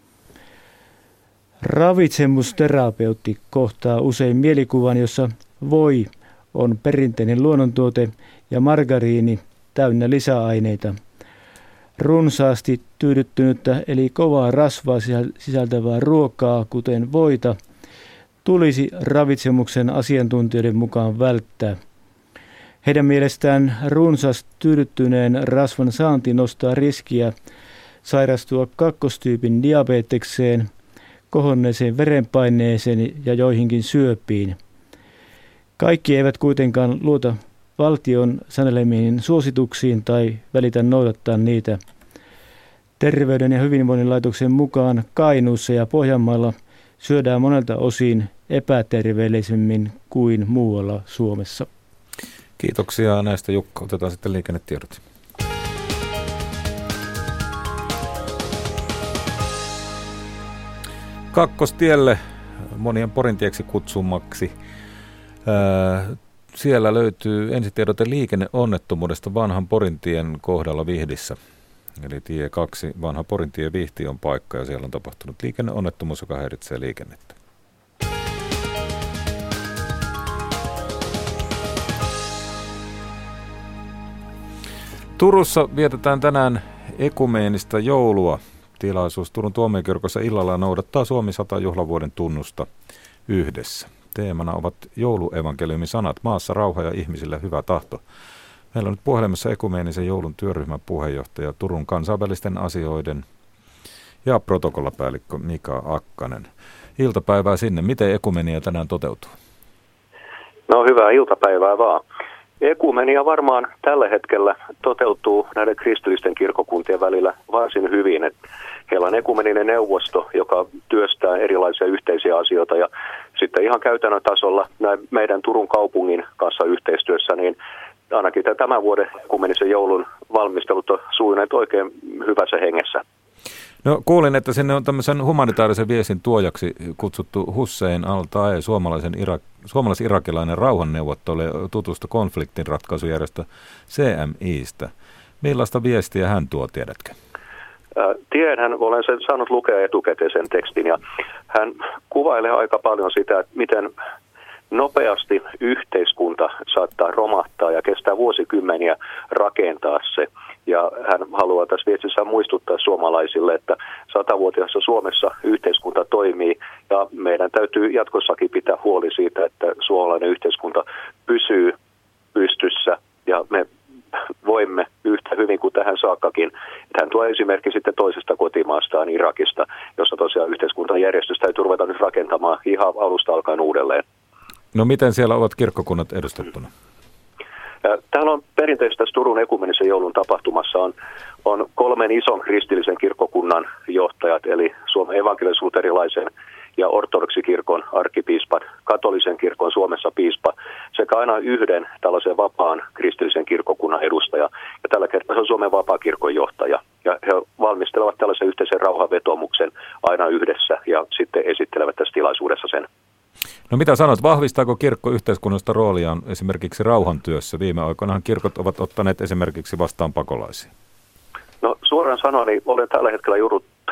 Speaker 14: Ravitsemusterapeutti kohtaa usein mielikuvan, jossa voi on perinteinen luonnontuote ja margariini täynnä lisäaineita. Runsaasti tyydyttynyttä eli kovaa rasvaa sisältävää ruokaa, kuten voita, tulisi ravitsemuksen asiantuntijoiden mukaan välttää. Heidän mielestään runsas tyydyttyneen rasvan saanti nostaa riskiä sairastua kakkostyypin diabetekseen, kohonneeseen verenpaineeseen ja joihinkin syöpiin. Kaikki eivät kuitenkaan luota valtion sanelemiin suosituksiin tai välitä noudattaa niitä. Terveyden ja hyvinvoinnin laitoksen mukaan Kainuussa ja Pohjanmaalla syödään monelta osin epäterveellisemmin kuin muualla Suomessa.
Speaker 3: Kiitoksia näistä, Jukka. Otetaan sitten liikennetiedot. Kakkostielle monien Porintieksi kutsumaksi. Siellä löytyy ensitiedote liikenneonnettomuudesta vanhan Porintien kohdalla Vihdissä. Eli tie 2, vanha Porintie Vihti on paikka ja siellä on tapahtunut liikenneonnettomuus, joka häiritsee liikennettä. Turussa vietetään tänään ekumeenista joulua. Tilaisuus Turun tuomiokirkossa illalla noudattaa Suomi 100 juhlavuoden tunnusta yhdessä. Teemana ovat jouluevankeliumin sanat, maassa rauha ja ihmisille hyvä tahto. Meillä on nyt puhelimessa ekumeenisen joulun työryhmän puheenjohtaja Turun kansainvälisten asioiden ja protokollapäällikkö Mika Akkanen. Iltapäivää sinne. Miten ekumenia tänään toteutuu?
Speaker 15: No hyvää iltapäivää vaan. Ekumenia varmaan tällä hetkellä toteutuu näiden kristillisten kirkkokuntien välillä varsin hyvin. Heillä on ekumeninen neuvosto, joka työstää erilaisia yhteisiä asioita ja sitten ihan käytännön tasolla meidän Turun kaupungin kanssa yhteistyössä, niin ainakin tämän vuoden ekumenisen joulun valmistelut on sujuneet oikein hyvässä hengessä.
Speaker 3: No kuulin, että sinne on tämmöisen humanitaarisen viestin tuojaksi kutsuttu Hussein al-Tae, suomalais-irakilainen rauhanneuvottelija, tutusta konfliktinratkaisujärjestö CMIstä. Millaista viestiä hän tuo, tiedätkö?
Speaker 15: Tiedän, olen sen saanut lukea etukäteen sen tekstin ja hän kuvailee aika paljon sitä, että miten nopeasti yhteiskunta saattaa romahtaa ja kestää vuosikymmeniä rakentaa se. Ja hän haluaa tässä viestissä muistuttaa suomalaisille, että 100-vuotiaassa Suomessa yhteiskunta toimii ja meidän täytyy jatkossakin pitää huoli siitä, että suomalainen yhteiskunta pysyy pystyssä ja me voimme yhtä hyvin kuin tähän saakkakin. Hän tuo esimerkki sitten toisesta kotimaastaan Irakista, jossa tosiaan yhteiskuntajärjestys täytyy ruveta nyt rakentamaan ihan alusta alkaen uudelleen.
Speaker 3: No miten siellä ovat kirkkokunnat edustettuna?
Speaker 15: Täällä on perinteisesti Turun ekumenisen joulun tapahtumassa on 3 ison kristillisen kirkkokunnan johtajat, eli Suomen evankelis-luterilaisen ja ortodoksikirkon arkkipiispat, katolisen kirkon Suomessa piispa sekä aina yhden tällaisen vapaan kristillisen kirkkokunnan edustaja. Ja tällä kertaa se on Suomen vapaakirkon johtaja. Ja he valmistelevat tällaisen yhteisen rauhanvetomuksen aina yhdessä ja sitten esittelevät tässä tilaisuudessa sen.
Speaker 3: No mitä sanot, vahvistaako kirkko yhteiskunnasta rooliaan esimerkiksi rauhantyössä? Viime aikoinahan kirkot ovat ottaneet esimerkiksi vastaan pakolaisia.
Speaker 15: No suoraan sanoen, niin olen tällä hetkellä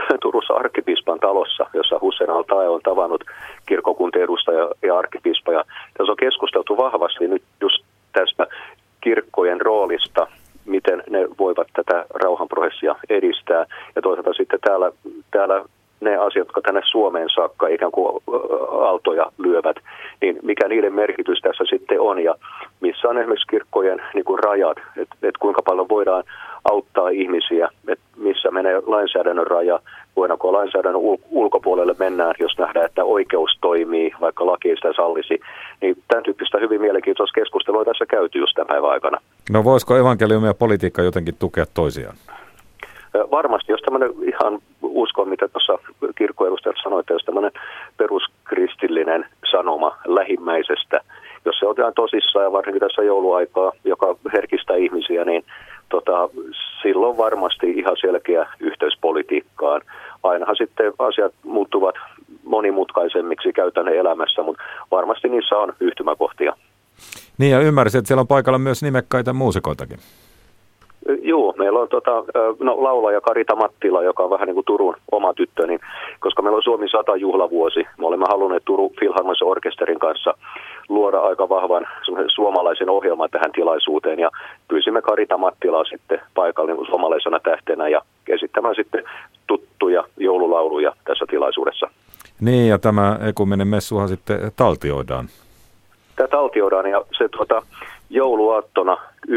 Speaker 15: Turussa arkkipiispan talossa, jossa Hussein al-Tae on tavannut kirkkokuntien edustaja ja arkkipiispa. Ja tässä on keskusteltu vahvasti nyt just tästä kirkkojen roolista, miten ne voivat tätä rauhanprosessia edistää. Ja toisaalta sitten täällä ne asiat, jotka tänne Suomeen saakka ikään kuin aaltoja lyövät, niin mikä niiden merkitys tässä sitten on ja missä on esimerkiksi kirkkojen niin kuin rajat, että kuinka paljon voidaan auttaa ihmisiä, että missä menee lainsäädännön raja, voidaanko lainsäädännön ulkopuolelle mennään, jos nähdään, että oikeus toimii, vaikka laki ei sitä sallisi. Niin tämän tyyppistä hyvin mielenkiintoista keskustelua tässä käyty just tämän päivän aikana.
Speaker 3: No voisiko evankeliumi ja politiikka jotenkin tukea toisiaan?
Speaker 15: Varmasti, jos tämmöinen ihan uskon, mitä tuossa kirkkoedustajat sanoitte, jos tämmöinen peruskristillinen sanoma lähimmäisestä, jos se otetaan tosissaan ja varsinkin tässä jouluaikaa, joka herkistää ihmisiä, niin silloin varmasti ihan selkeä yhteys politiikkaan. Ainahan sitten asiat muuttuvat monimutkaisemmiksi käytännön elämässä, mutta varmasti niissä on yhtymäkohtia.
Speaker 3: Niin ja ymmärsin, että siellä on paikalla myös nimekkäitä muusikoitakin.
Speaker 15: Joo, meillä on laulaja Karita Mattila, joka on vähän niin kuin Turun oma tyttö, niin, koska meillä on Suomi 100 juhlavuosi. Me olemme halunneet Turun Philharmonisen orkesterin kanssa luoda aika vahvan suomalaisen ohjelman tähän tilaisuuteen ja pyysimme Karita Mattilaa sitten paikalle niin suomalaisena tähtenä ja esittämään sitten tuttuja joululauluja tässä tilaisuudessa.
Speaker 3: Niin ja tämä ekumenen messuhan sitten taltioidaan.
Speaker 15: Tämä taltioidaan ja se jouluaattona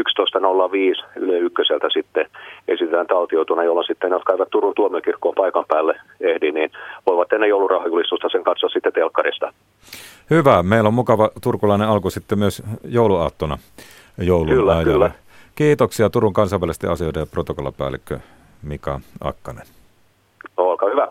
Speaker 15: 11.05 Yle Ykköseltä sitten esitetään taltioituna, jolloin sitten, jotka eivät Turun tuomiokirkkoon paikan päälle ehdi, niin voivat ennen joulurauhajulistusta sen katsoa sitten telkkarista.
Speaker 3: Hyvä. Meillä on mukava turkulainen alku sitten myös jouluaattona joulun ajalla. Kyllä. Kiitoksia Turun kansainvälisten asioiden ja protokollapäällikkö Mika Akkanen.
Speaker 15: Olkaa hyvä.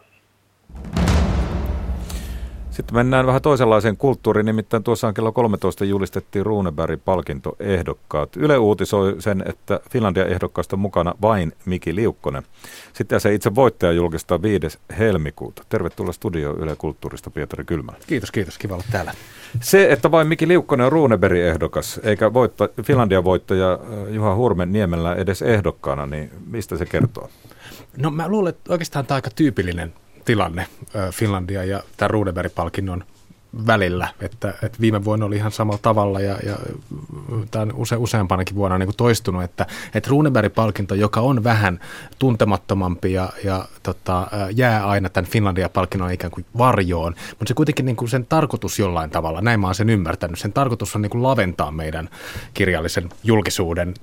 Speaker 3: Sitten mennään vähän toisenlaiseen kulttuuriin, nimittäin tuossa kello 13 julistettiin Runeberg-palkintoehdokkaat. Yle uutisoi sen, että Finlandia-ehdokkaasta on mukana vain Miki Liukkonen. Sitten se itse voittaja julkistaa 5. helmikuuta. Tervetuloa studioon Yle Kulttuurista, Pietari Kylmälä.
Speaker 16: Kiitos, kiva olla täällä.
Speaker 3: Se, että vain Miki Liukkonen on Runeberg-ehdokas, eikä Finlandia-voittaja Juha Hurme-Niemellä edes ehdokkaana, niin mistä se kertoo?
Speaker 16: No mä luulen, että oikeastaan tämä on aika tyypillinen tilanne Finlandia ja tämän Runeberg-palkinnon välillä, että viime vuonna oli ihan samalla tavalla ja tämä on useampanakin vuonna niin kuin toistunut, että Runeberg-palkinto, joka on vähän tuntemattomampi ja jää aina tämän Finlandia-palkinnon ikään kuin varjoon, mutta se kuitenkin niin kuin sen tarkoitus jollain tavalla, näin mä oon sen ymmärtänyt, sen tarkoitus on niin kuin laventaa meidän kirjallisen julkisuuden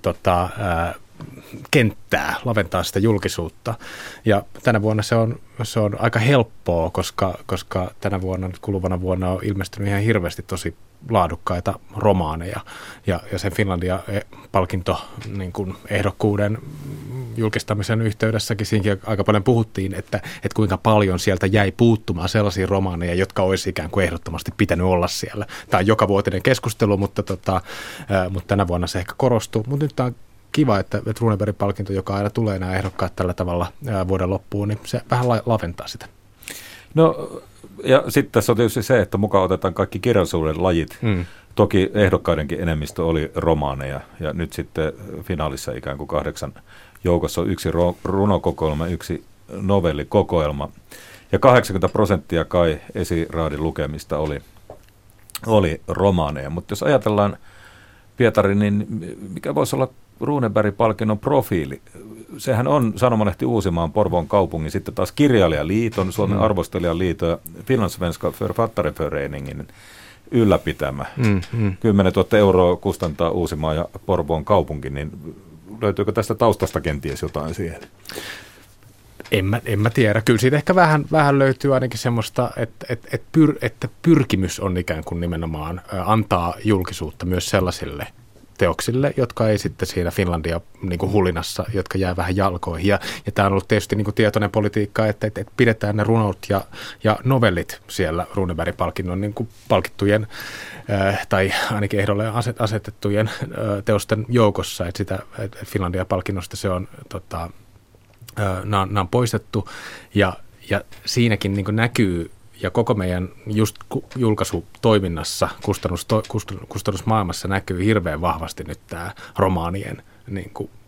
Speaker 16: kenttää, laventaa sitä julkisuutta. Ja tänä vuonna se on aika helppoa, koska tänä vuonna, kuluvana vuonna on ilmestynyt ihan hirveästi tosi laadukkaita romaaneja. Ja sen Finlandia-palkinto niin kuin ehdokkuuden julkistamisen yhteydessäkin siinäkin aika paljon puhuttiin, että kuinka paljon sieltä jäi puuttumaan sellaisia romaaneja, jotka olisi ikään kuin ehdottomasti pitänyt olla siellä. Tämä on jokavuotinen keskustelu, mutta tänä vuonna se ehkä korostuu. Mutta nyt tämä on kiva, että Runeberg-palkinto, joka aina tulee nämä ehdokkaat tällä tavalla vuoden loppuun, niin se vähän laventaa sitä.
Speaker 3: No ja sitten tässä on tietysti se, että mukaan otetaan kaikki kirjallisuuden lajit. Toki ehdokkaidenkin enemmistö oli romaaneja ja nyt sitten finaalissa ikään kuin 8 joukossa on 1 runokokoelma, 1 novellikokoelma ja 80% kai esiraadin lukemista oli romaaneja. Mutta jos ajatellaan, Pietari, niin mikä voisi olla Runeberg-palkinnon profiili? Sehän on Sanomalehti Uusimaan, Porvoon kaupungin, sitten taas Kirjailijaliiton, Suomen arvostelijaliiton ja Finlandssvenska Författareföreningen ylläpitämä. 10 000 euroa kustantaa Uusimaa ja Porvoon kaupunki, niin löytyykö tästä taustasta kenties jotain siihen?
Speaker 16: En mä tiedä. Kyllä siitä ehkä vähän löytyy ainakin semmoista, että pyrkimys on ikään kuin nimenomaan antaa julkisuutta myös sellaisille teoksille, jotka ei sitten siinä Finlandia niin kuin hulinassa, jotka jää vähän jalkoihin. Ja tämä on ollut tietysti niin kuin tietoinen politiikka, että pidetään ne runot ja novellit siellä Runeberg-palkinnon niin kuin palkittujen tai ainakin ehdolle asetettujen teosten joukossa. Että Finlandia-palkinnosta se on nämä on poistettu ja siinäkin niin kuin näkyy ja koko meidän just julkaisutoiminnassa, kustannusmaailmassa näkyy hirveän vahvasti nyt tämä romaanien niin kuin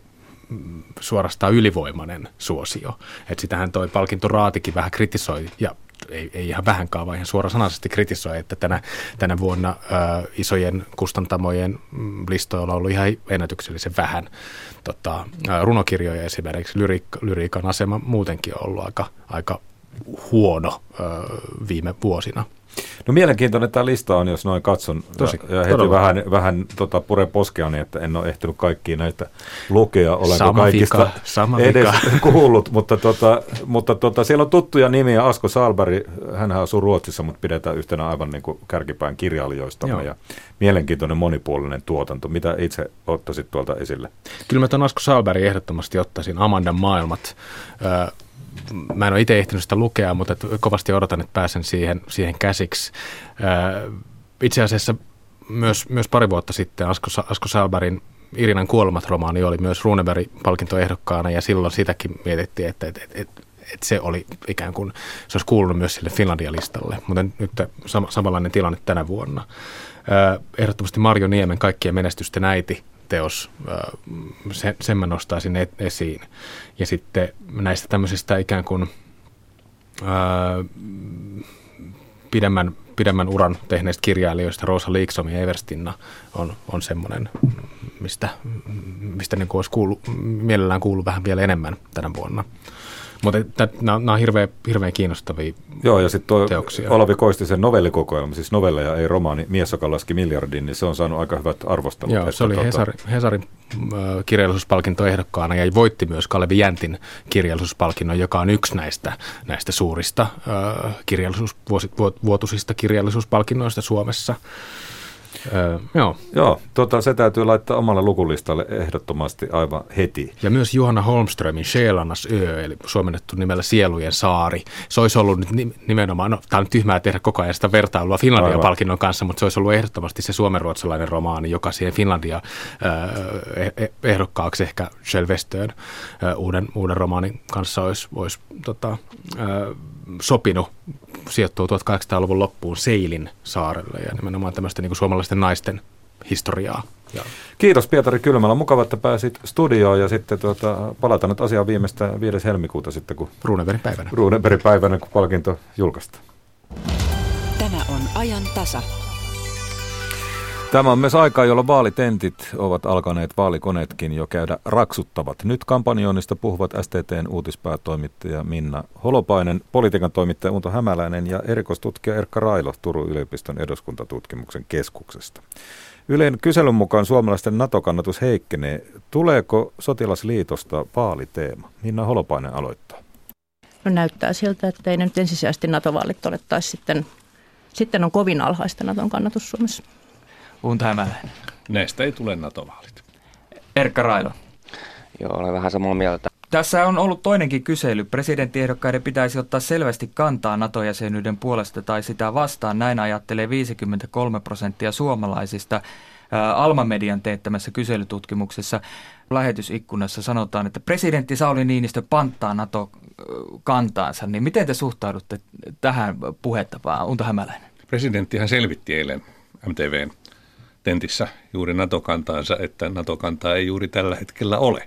Speaker 16: suorastaan ylivoimainen suosio. Että sitähän toi palkintoraatikin vähän kritisoi, ja ei ihan vähänkään, vaan ihan suorasanaisesti kritisoi, että tänä vuonna isojen kustantamojen listoilla on ollut ihan ennätyksellisen vähän runokirjoja esimerkiksi. Lyriikan asema muutenkin on ollut aika huono viime vuosina.
Speaker 3: No mielenkiintoinen tämä lista on, jos noin katson. Ja heti vähän pure poskeani, että en ole ehtinyt kaikkia näitä lukea. Olenko kaikista edes kuullut, mutta siellä on tuttuja nimiä. Asko Sahlberg, hänhän asuu Ruotsissa, mutta pidetään yhtenä aivan niin kuin kärkipään kirjailijoistamme. Ja mielenkiintoinen monipuolinen tuotanto. Mitä itse ottaisit tuolta esille? Kyllä
Speaker 16: mä tuon Asko Sahlbergin ehdottomasti ottaisin. Amandan maailmat. Mä en ole itse ehtinyt sitä lukea, mutta kovasti odotan, että pääsen siihen käsiksi. Itse asiassa myös pari vuotta sitten Asko Sahlbergin Irinan kuolemat-romaani oli myös Runeberg-palkintoehdokkaana, ja silloin sitäkin mietittiin, että se oli ikään kuin, se olisi kuulunut myös sille Finlandia-listalle, mutta nyt samanlainen tilanne tänä vuonna. Ehdottomasti Marjo Niemen Kaikkien menestysten äiti -teos, sen mä nostaisin esiin. Ja sitten näistä tämmöisistä ikään kuin pidemmän uran tehneistä kirjailijoista Rosa Liksom ja Everstinna on semmoinen, mistä niin kuin olisi mielellään kuullut vähän vielä enemmän tänä vuonna. Mutta nämä on hirveän kiinnostavia teoksia. Joo, ja sitten
Speaker 3: Olavi Koistisen novellikokoelma, siis novelleja, ei romaani, Mies, joka laski miljardin, niin se on saanut aika hyvät arvostelut.
Speaker 16: Joo, se oli Hesarin kirjallisuuspalkintoehdokkaana ja voitti myös Kalevi Jäntin kirjallisuuspalkinnon, joka on yksi näistä suurista vuotuisista kirjallisuuspalkinnoista Suomessa.
Speaker 3: Se täytyy laittaa omalle lukulistalle ehdottomasti aivan heti.
Speaker 16: Ja myös Johanna Holmströmin Själarnas ö, eli suomennettu nimellä Sielujen saari. Se olisi ollut nyt nimenomaan, tämä on tyhmää tehdä koko ajan sitä vertailua Finlandia-palkinnon kanssa, mutta se olisi ollut ehdottomasti se suomenruotsalainen romaani, joka siihen Finlandia ehdokkaaksi ehkä Kjell Westön uuden romaanin kanssa olisi sopinut. Sijoittuu 1800-luvun loppuun Seilin saarelle ja nimenomaan tämmöistä niin kuin suomalaisten naisten historiaa.
Speaker 3: Kiitos Pietari Kylmälä. Mukava, että pääsit studioon ja sitten palataan nyt asiaan viimeistään 5. helmikuuta sitten, kun Runeberg-päivänä, kun palkinto julkaistaan.
Speaker 9: Tämä on ajan tasa.
Speaker 3: Tämä on myös aikaa, jolloin vaalitentit ovat alkaneet, vaalikoneetkin jo käydä raksuttavat. Nyt kampanjoinnista puhuvat STT:n uutispäätoimittaja Minna Holopainen, politiikan toimittaja Unto Hämäläinen ja erikoistutkija Erkka Railo Turun yliopiston eduskuntatutkimuksen keskuksesta. Ylen kyselyn mukaan suomalaisten NATO-kannatus heikkenee. Tuleeko sotilasliitosta vaaliteema? Minna Holopainen aloittaa.
Speaker 17: No näyttää siltä, että ei nyt ensisijaisesti NATO-vaalit ole, tai sitten on kovin alhaista NATOn kannatus Suomessa.
Speaker 12: Unto Hämäläinen.
Speaker 7: Näistä ei tule NATO-vaalit.
Speaker 12: Erkka Railo.
Speaker 18: Joo, olen vähän samaa mieltä.
Speaker 12: Tässä on ollut toinenkin kysely. Presidenttiehdokkaiden pitäisi ottaa selvästi kantaa NATO-jäsenyyden puolesta tai sitä vastaan. Näin ajattelee 53% suomalaisista. Alma-median teettämässä kyselytutkimuksessa lähetysikkunassa sanotaan, että presidentti Sauli Niinistö panttaa NATO-kantaansa. Niin miten te suhtaudutte tähän puhetapaan, Unto Hämäläinen?
Speaker 7: Presidenttihän selvitti eilen MTV:n tentissä juuri NATO-kantaansa, että NATO-kantaa ei juuri tällä hetkellä ole.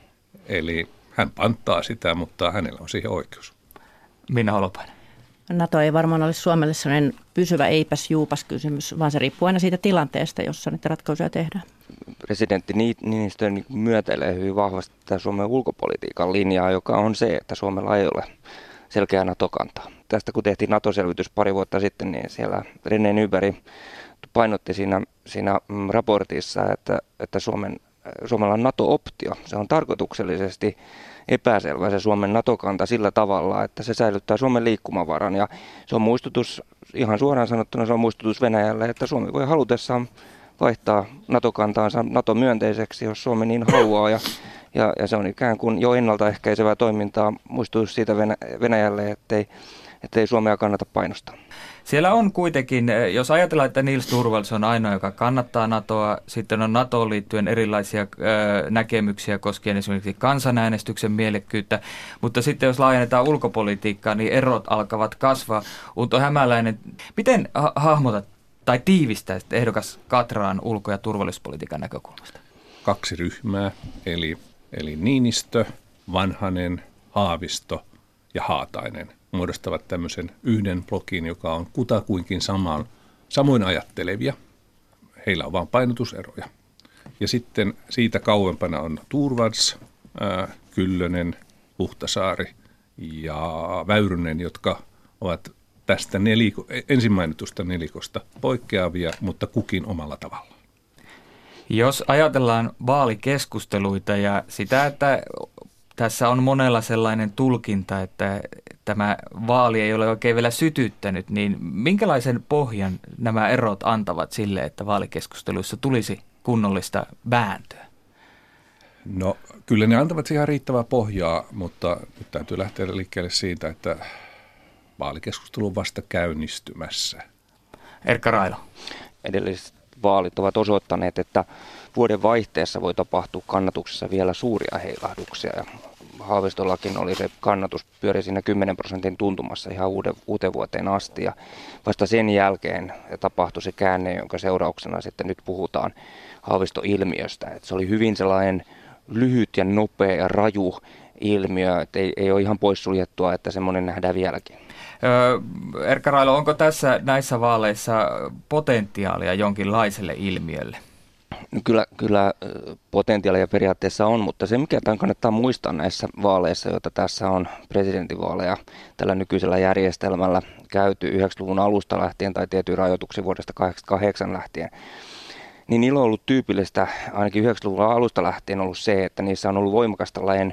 Speaker 7: Eli hän panttaa sitä, mutta hänellä on siihen oikeus.
Speaker 12: Minna Holopainen.
Speaker 17: NATO ei varmaan ole Suomelle sellainen pysyvä eipäs-juupas kysymys, vaan se riippuu aina siitä tilanteesta, jossa niitä ratkaisuja tehdään.
Speaker 18: Presidentti Niinistö myötäilee hyvin vahvasti tätä Suomen ulkopolitiikan linjaa, joka on se, että Suomella ei ole selkeää NATO-kantaa. Tästä kun tehtiin NATO-selvitys pari vuotta sitten, niin siellä René Nyberg painotti siinä raportissa, että Suomella on NATO-optio. Se on tarkoituksellisesti epäselvä se Suomen NATO-kanta sillä tavalla, että se säilyttää Suomen liikkumavaran. Ja se on muistutus, ihan suoraan sanottuna se on muistutus Venäjälle, että Suomi voi halutessaan vaihtaa NATO-kantaansa NATO-myönteiseksi, jos Suomi niin haluaa. Ja se on ikään kuin jo ennaltaehkäisevää toimintaa, muistutus siitä Venäjälle, ettei Suomea kannata painostaa.
Speaker 12: Siellä on kuitenkin, jos ajatellaan, että Niels Torvalds on ainoa, joka kannattaa NATOa, sitten on NATOon liittyen erilaisia näkemyksiä koskien esimerkiksi kansanäänestyksen mielekkyyttä, mutta sitten jos laajennetaan ulkopolitiikkaa, niin erot alkavat kasvaa. Unto Hämäläinen, miten hahmotat tai tiivistäisit ehdokas Katraan ulko- ja turvallisuuspolitiikan näkökulmasta?
Speaker 7: 2 ryhmää, eli
Speaker 19: Eli Niinistö, Vanhanen, Haavisto ja Haatainen muodostavat tämmöisen yhden blokin, joka on kutakuinkin samoin ajattelevia. Heillä on vain painotuseroja. Ja sitten siitä kauempana on Thorvalds, Kyllönen, Huhtasaari ja Väyrynen, jotka ovat tästä ensimmäinetusta nelikosta poikkeavia, mutta kukin omalla tavallaan.
Speaker 20: Jos ajatellaan vaalikeskusteluita ja sitä, että tässä on monella sellainen tulkinta, että tämä vaali ei ole oikein vielä sytyttänyt, niin minkälaisen pohjan nämä erot antavat sille, että vaalikeskusteluissa tulisi kunnollista vääntöä?
Speaker 19: No kyllä ne antavat ihan riittävää pohjaa, mutta nyt täytyy lähteä liikkeelle siitä, että vaalikeskustelu on vasta käynnistymässä.
Speaker 20: Erkka Railo.
Speaker 18: Edelliset vaalit ovat osoittaneet, että vuoden vaihteessa voi tapahtua kannatuksessa vielä suuria heilahduksia. Ja Haavistollakin oli se kannatus pyöri siinä 10% tuntumassa ihan uuteen vuoteen asti. Ja vasta sen jälkeen tapahtui se käänne, jonka seurauksena sitten nyt puhutaan Haavisto-ilmiöstä. Että se oli hyvin sellainen lyhyt ja nopea ja raju ilmiö, että ei ole ihan poissuljettua, että semmoinen nähdään vieläkin.
Speaker 20: Erkka Railo, onko näissä vaaleissa potentiaalia jonkinlaiselle ilmiölle?
Speaker 18: No kyllä potentiaalia periaatteessa on, mutta se mikä tämän kannattaa muistaa näissä vaaleissa, joita tässä on presidentinvaaleja tällä nykyisellä järjestelmällä käyty 90-luvun alusta lähtien tai tietyin rajoituksin vuodesta 1988 lähtien, niin niillä on ollut tyypillistä ainakin 90-luvun alusta lähtien ollut se, että niissä on ollut voimakas tällainen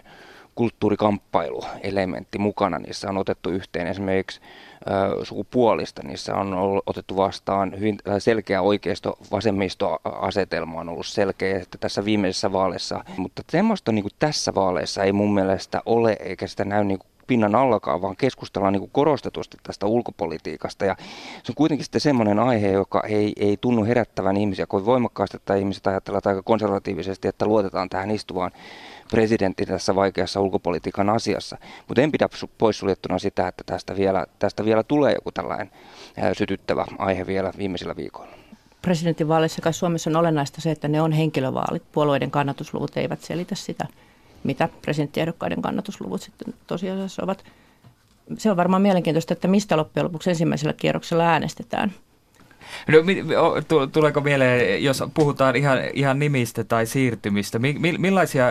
Speaker 18: kulttuurikamppailuelementti mukana. Niissä on otettu yhteen esimerkiksi sukupuolista, niissä on otettu vastaan hyvin selkeä oikeisto-vasemmisto-asetelma on ollut selkeä että tässä viimeisessä vaaleissa. Mutta semmoista niin kuin tässä vaaleissa ei mun mielestä ole, eikä sitä näy niin kuin pinnan allakaan, vaan keskustellaan niin kuin korostetusti tästä ulkopolitiikasta. Ja se on kuitenkin sitten semmoinen aihe, joka ei tunnu herättävän ihmisiä kovin voimakkaasti, että ihmiset ajattelevat aika konservatiivisesti, että luotetaan tähän istuvaan presidenttiin tässä vaikeassa ulkopolitiikan asiassa. Mutta en pidä poissuljettuna sitä, että tästä vielä tulee joku tällainen sytyttävä aihe vielä viimeisillä viikoilla.
Speaker 17: Presidentinvaaleissa kai Suomessa on olennaista se, että ne on henkilövaalit. Puolueiden kannatusluvut eivät selitä sitä, mitä presidenttiehdokkaiden kannatusluvut sitten tosiasiassa ovat. Se on varmaan mielenkiintoista, että mistä loppujen lopuksi ensimmäisellä kierroksella äänestetään.
Speaker 20: No, tuleeko mieleen, jos puhutaan ihan nimistä tai siirtymistä, millaisia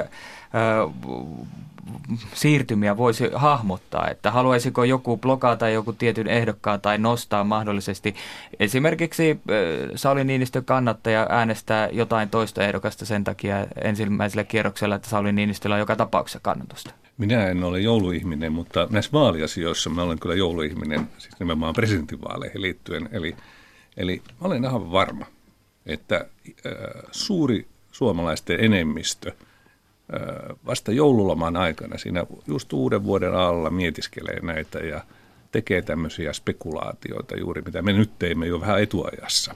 Speaker 20: siirtymiä voisi hahmottaa, että haluaisiko joku blokata joku tietyn ehdokkaan tai nostaa mahdollisesti esimerkiksi Sauli Niinistön kannattaja äänestää jotain toista ehdokasta sen takia ensimmäisellä kierroksella, että Sauli Niinistöllä on joka tapauksessa kannatusta?
Speaker 19: Minä en ole jouluihminen, mutta näissä vaaliasioissa mä olen kyllä jouluihminen, siis nimenomaan presidentinvaaleihin liittyen, Eli mä olen ihan varma, että suuri suomalaisten enemmistö vasta joululoman aikana siinä just uuden vuoden alla mietiskelee näitä ja tekee tämmöisiä spekulaatioita juuri, mitä me nyt teimme jo vähän etuajassa.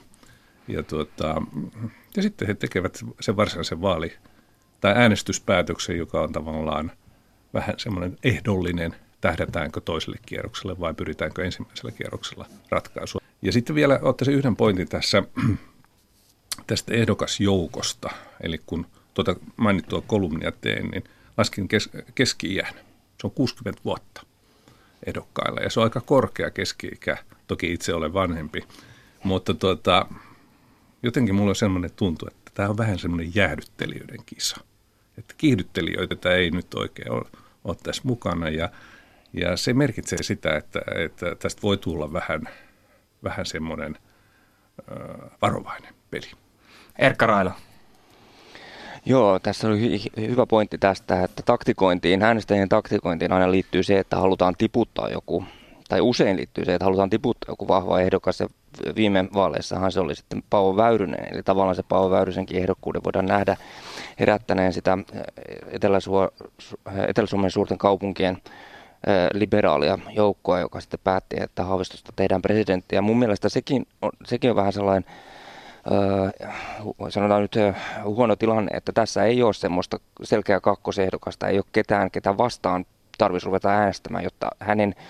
Speaker 19: Ja sitten he tekevät sen varsinaisen tai äänestyspäätöksen, joka on tavallaan vähän semmoinen ehdollinen, tähdätäänkö toiselle kierrokselle vai pyritäänkö ensimmäisellä kierroksella ratkaisua. Ja sitten vielä ottaisin yhden pointin tästä ehdokasjoukosta. Eli kun tuota mainittua kolumnia teen, niin laskin keski-iän. Se on 60 vuotta ehdokkailla ja se on aika korkea keski-ikä. Toki itse olen vanhempi, mutta jotenkin mulla on sellainen tuntu, että tämä on vähän semmoinen jäähdyttelijöiden kisa. Että kiihdyttelijöitä ei nyt oikein ole tässä mukana ja se merkitsee sitä, että tästä voi tulla vähän semmoinen varovainen peli.
Speaker 20: Erkka Railo.
Speaker 18: Joo, tässä oli hyvä pointti tästä, että äänestäjien taktikointiin aina liittyy se, että halutaan tiputtaa joku, tai usein liittyy se, että halutaan tiputtaa joku vahva ehdokas. Ja viime vaaleissahan se oli sitten Paavo Väyrynen, eli tavallaan se Paavo Väyrysenkin ehdokkuuden voidaan nähdä herättäneen sitä Etelä-Suomen suurten kaupunkien liberaalia joukkoa, joka sitten päätti, että Haavistosta tehdään presidentti. Ja mun mielestä sekin on vähän sellainen, sanotaan nyt huono tilanne, että tässä ei ole semmoista selkeää kakkosehdokasta, ei ole ketään, ketä vastaan tarvitsisi ruveta äänestämään, jotta hänen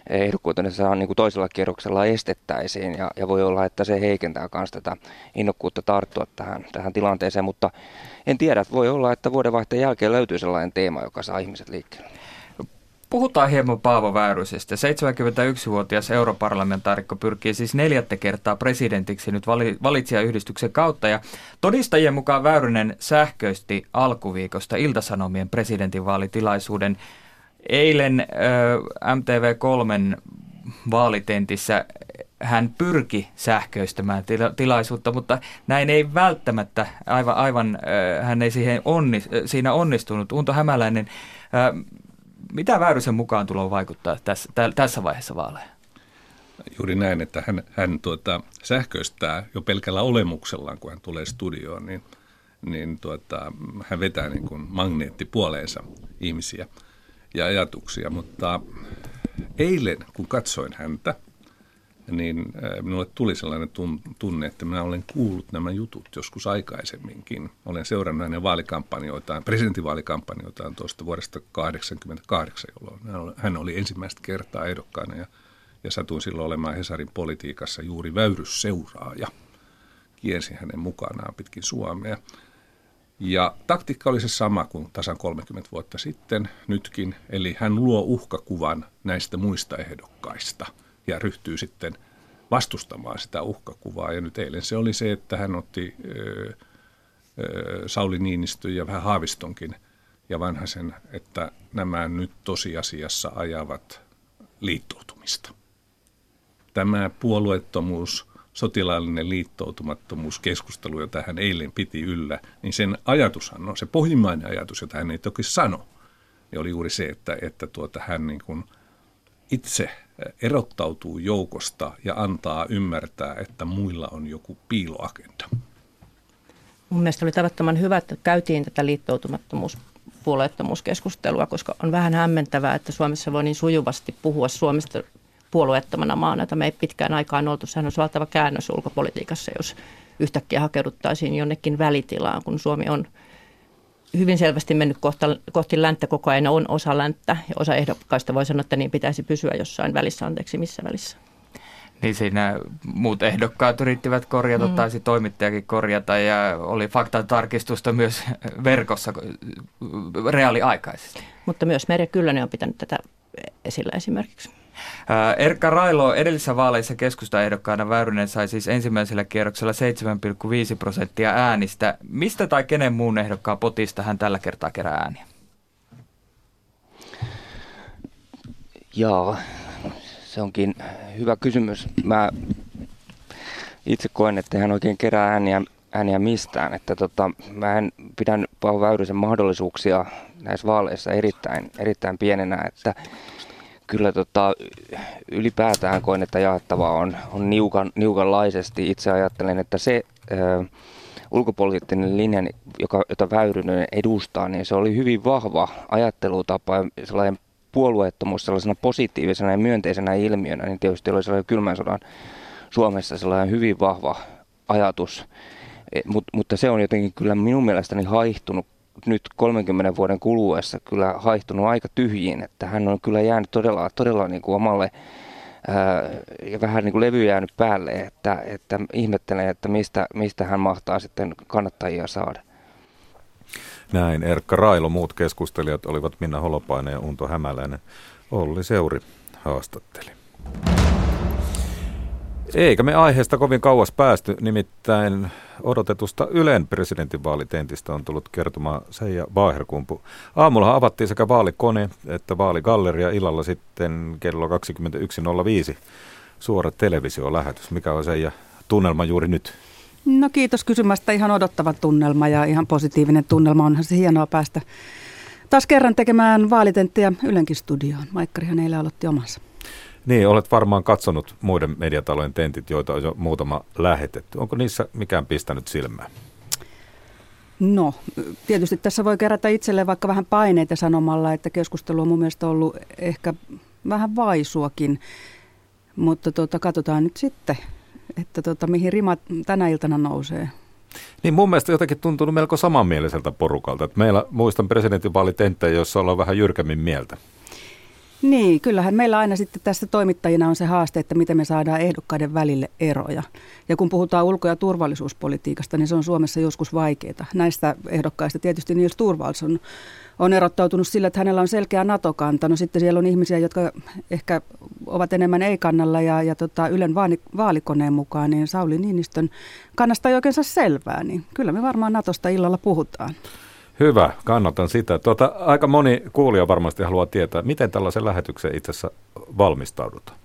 Speaker 18: ehdokkuutensa niin kuin toisella kierroksella estettäisiin ja voi olla, että se heikentää myös tätä innokkuutta tarttua tähän tilanteeseen, mutta en tiedä, että voi olla, että vuodenvaihteen jälkeen löytyy sellainen teema, joka saa ihmiset liikkeelle.
Speaker 20: Puhutaan hieman Paavo Väyrysestä. 71-vuotias europarlamentaarikko pyrkii siis 4. kertaa presidentiksi nyt valitsijayhdistyksen kautta. Ja todistajien mukaan Väyrynen sähköisti alkuviikosta Ilta-Sanomien presidentinvaalitilaisuuden. Eilen MTV3 vaalitentissä hän pyrki sähköistämään tilaisuutta, mutta näin ei välttämättä aivan hän ei siinä onnistunut. Unto Hämäläinen, mitä Väyrysen mukaan tulo vaikuttaa tässä vaiheessa vaaleja?
Speaker 19: Juuri näin, että hän sähköistää jo pelkällä olemuksellaan, kun hän tulee studioon, niin hän vetää niin kuin magneettipuoleensa ihmisiä ja ajatuksia. Mutta eilen, kun katsoin häntä, niin minulle tuli sellainen tunne, että minä olen kuullut nämä jutut joskus aikaisemminkin. Olen seurannut hänen vaalikampanjoitaan, presidentinvaalikampanjoitaan tuosta vuodesta 1988, jolloin hän oli ensimmäistä kertaa ehdokkaana ja satuin silloin olemaan Hesarin politiikassa juuri Väyrysseuraaja. Kiersin hänen mukanaan pitkin Suomea. Ja taktiikka oli se sama kuin tasan 30 vuotta sitten nytkin, eli hän luo uhkakuvan näistä muista ehdokkaista ja ryhtyy sitten vastustamaan sitä uhkakuvaa. Ja nyt eilen se oli se, että hän otti Sauli Niinistön ja vähän Haavistonkin ja Vanhasen, että nämä nyt tosiasiassa ajavat liittoutumista. Tämä puolueettomuus, sotilaallinen liittoutumattomuus, keskustelu, jota hän eilen piti yllä, niin sen ajatushan on, se pohjimmainen ajatus, jota hän ei toki sano, niin oli juuri se, että hän niin kuin itse erottautuu joukosta ja antaa ymmärtää, että muilla on joku piiloagenda.
Speaker 17: Mun mielestä oli tavattoman hyvä, että käytiin tätä liittoutumattomuus-puolueettomuuskeskustelua, koska on vähän hämmentävää, että Suomessa voi niin sujuvasti puhua Suomesta puolueettomana maana, jota me ei pitkään aikaan oltu. Sehän olisi valtava käännös ulkopolitiikassa, jos yhtäkkiä hakeuduttaisiin jonnekin välitilaan, kun Suomi on hyvin selvästi mennyt kohti länttä koko ajan, on osa länttä ja osa ehdokkaista voi sanoa, että niin pitäisi pysyä jossain välissä, anteeksi missä välissä.
Speaker 20: Niin siinä muut ehdokkaat yrittivät korjata, taisi toimittajakin korjata ja oli faktatarkistusta myös verkossa reaaliaikaisesti.
Speaker 17: Mutta myös Merja Kyllönen on pitänyt tätä esillä esimerkiksi.
Speaker 20: Erkka Railo, edellisissä vaaleissa keskustaehdokkaana Väyrynen sai siis ensimmäisellä kierroksella 7,5% äänistä. Mistä tai kenen muun ehdokkaan potista hän tällä kertaa kerää ääniä?
Speaker 18: Joo, se onkin hyvä kysymys. Mä itse koen, että hän oikein kerää ääniä mistään. Että mä pidän Paavo Väyrysen mahdollisuuksia näissä vaaleissa erittäin pienenä, että kyllä ylipäätään koen, että jaettavaa on niukanlaisesti. Itse ajattelen, että se ulkopoliittinen linja, jota Väyrynen edustaa, niin se oli hyvin vahva ajattelutapa ja sellainen puolueettomuus sellaisena positiivisena ja myönteisenä ilmiönä, niin tietysti oli sellainen kylmän sodan Suomessa sellainen hyvin vahva ajatus, mutta se on jotenkin kyllä minun mielestäni haihtunut nyt 30 vuoden kuluessa kyllä haihtunut aika tyhjiin, että hän on kyllä jäänyt todella niin kuin omalle ja vähän niin kuin levy jäänyt päälle, että ihmettelee, että mistä hän mahtaa sitten kannattajia saada.
Speaker 3: Näin Erkka Railo, muut keskustelijat olivat Minna Holopainen ja Unto Hämäläinen. Olli Seuri haastatteli. Eikä me aiheesta kovin kauas päästy, nimittäin odotetusta Ylen presidentinvaalitentistä on tullut kertomaan Seija Baaherkumpu. Aamulla avattiin sekä vaalikone että vaaligalleria, illalla sitten kello 21.05 suora televisiolähetys. Mikä on Seija tunnelma juuri nyt?
Speaker 21: No kiitos kysymästä. Ihan odottava tunnelma ja ihan positiivinen tunnelma. Onhan se hienoa päästä taas kerran tekemään vaalitenttiä Ylenkin studioon. Maikkarihan eilen aloitti omansa.
Speaker 3: Niin, olet varmaan katsonut muiden mediatalojen tentit, joita on jo muutama lähetetty. Onko niissä mikään pistänyt silmään?
Speaker 21: No, tietysti tässä voi kerätä itselleen vaikka vähän paineita sanomalla, että keskustelu on mun mielestä ollut ehkä vähän vaisuakin. Mutta katsotaan nyt sitten, että mihin rimat tänä iltana nousee.
Speaker 3: Niin mun mielestä jotenkin tuntunut melko samanmieliseltä porukalta. Että meillä muistan presidentinvaalitenttejä, joissa ollaan vähän jyrkemmin mieltä.
Speaker 21: Niin, kyllähän meillä aina sitten tässä toimittajina on se haaste, että miten me saadaan ehdokkaiden välille eroja. Ja kun puhutaan ulko- ja turvallisuuspolitiikasta, niin se on Suomessa joskus vaikeaa. Näistä ehdokkaista tietysti Niels Torvalds on erottautunut sillä, että hänellä on selkeä NATO-kanta. No sitten siellä on ihmisiä, jotka ehkä ovat enemmän ei-kannalla ja Ylen vaalikoneen mukaan, niin Sauli Niinistön kannasta ei oikein saa selvää. Niin kyllä me varmaan NATOsta illalla puhutaan.
Speaker 3: Hyvä, kannatan sitä. Aika moni kuulija varmasti haluaa tietää, miten tällaisen lähetykseen itse asiassa valmistaudutaan.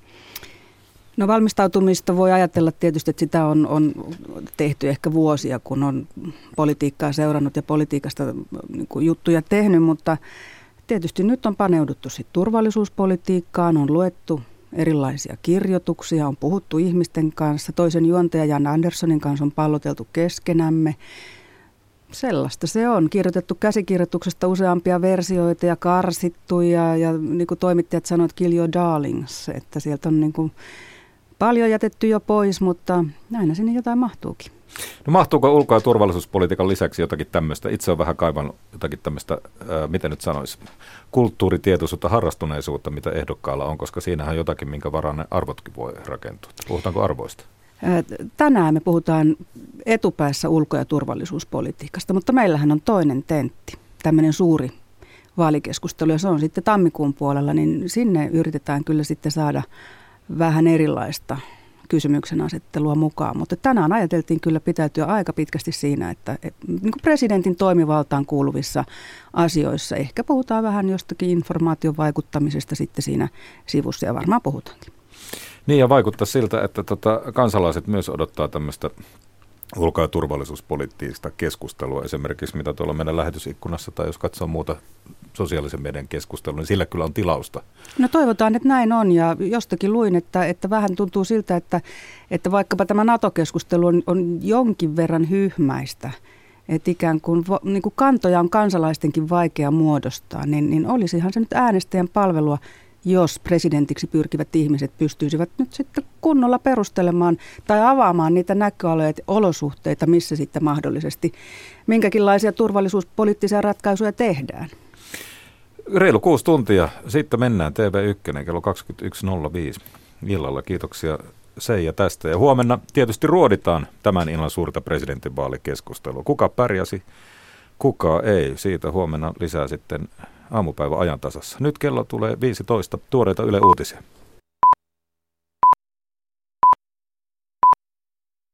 Speaker 3: No
Speaker 21: valmistautumista voi ajatella tietysti, että sitä on tehty ehkä vuosia, kun on politiikkaa seurannut ja politiikasta niin kuin juttuja tehnyt, mutta tietysti nyt on paneuduttu sit turvallisuuspolitiikkaan, on luettu erilaisia kirjoituksia, on puhuttu ihmisten kanssa, toisen juontajan Jan Anderssonin kanssa on palloteltu keskenämme. Sellaista se on. Kirjoitettu käsikirjoituksesta useampia versioita ja karsittu ja niin kuin toimittajat sanoivat, kill your darlings, että sieltä on niin kuin paljon jätetty jo pois, mutta aina sinne jotain mahtuukin.
Speaker 3: No mahtuuko ulko- ja turvallisuuspolitiikan lisäksi jotakin tämmöistä? Itse olen vähän kaivannut jotakin tämmöistä, miten nyt sanoisi, kulttuuritietoisuutta, harrastuneisuutta, mitä ehdokkaalla on, koska siinähän on jotakin, minkä varaan ne arvotkin voi rakentua. Puhutaanko arvoista?
Speaker 21: Tänään me puhutaan etupäässä ulko- ja turvallisuuspolitiikasta, mutta meillähän on toinen tentti, tämmöinen suuri vaalikeskustelu, ja se on sitten tammikuun puolella, niin sinne yritetään kyllä sitten saada vähän erilaista kysymyksen asettelua mukaan. Mutta tänään ajateltiin kyllä pitäytyä aika pitkästi siinä, että niin kuin presidentin toimivaltaan kuuluvissa asioissa ehkä puhutaan vähän jostakin informaation vaikuttamisesta sitten siinä sivussa, ja varmaan puhutaankin.
Speaker 3: Niin, ja vaikuttaa siltä, että kansalaiset myös odottaa tämmöistä ulko- ja turvallisuuspoliittista keskustelua, esimerkiksi mitä tuolla meidän lähetysikkunassa, tai jos katsoo muuta sosiaalisen median keskustelua, niin sillä kyllä on tilausta. No toivotaan, että näin on, ja jostakin luin, että vähän tuntuu siltä, että vaikkapa tämä NATO-keskustelu on jonkin verran hyhmäistä, että ikään kuin niin kuin kantoja on kansalaistenkin vaikea muodostaa, niin olisihan se nyt äänestäjän palvelua, jos presidentiksi pyrkivät ihmiset pystyisivät nyt sitten kunnolla perustelemaan tai avaamaan niitä näköaloja ja olosuhteita, missä sitten mahdollisesti minkäkinlaisia turvallisuuspoliittisia ratkaisuja tehdään. Reilu 6 tuntia. Sitten mennään TV1 kello 21.05 illalla. Kiitoksia Seija tästä. Ja huomenna tietysti ruoditaan tämän illan suurta presidentinvaalikeskustelua. Kuka pärjäsi, kuka ei. Siitä huomenna lisää sitten aamupäivän ajantasassa. Nyt kello tulee 15. Tuoreita Yle Uutisia.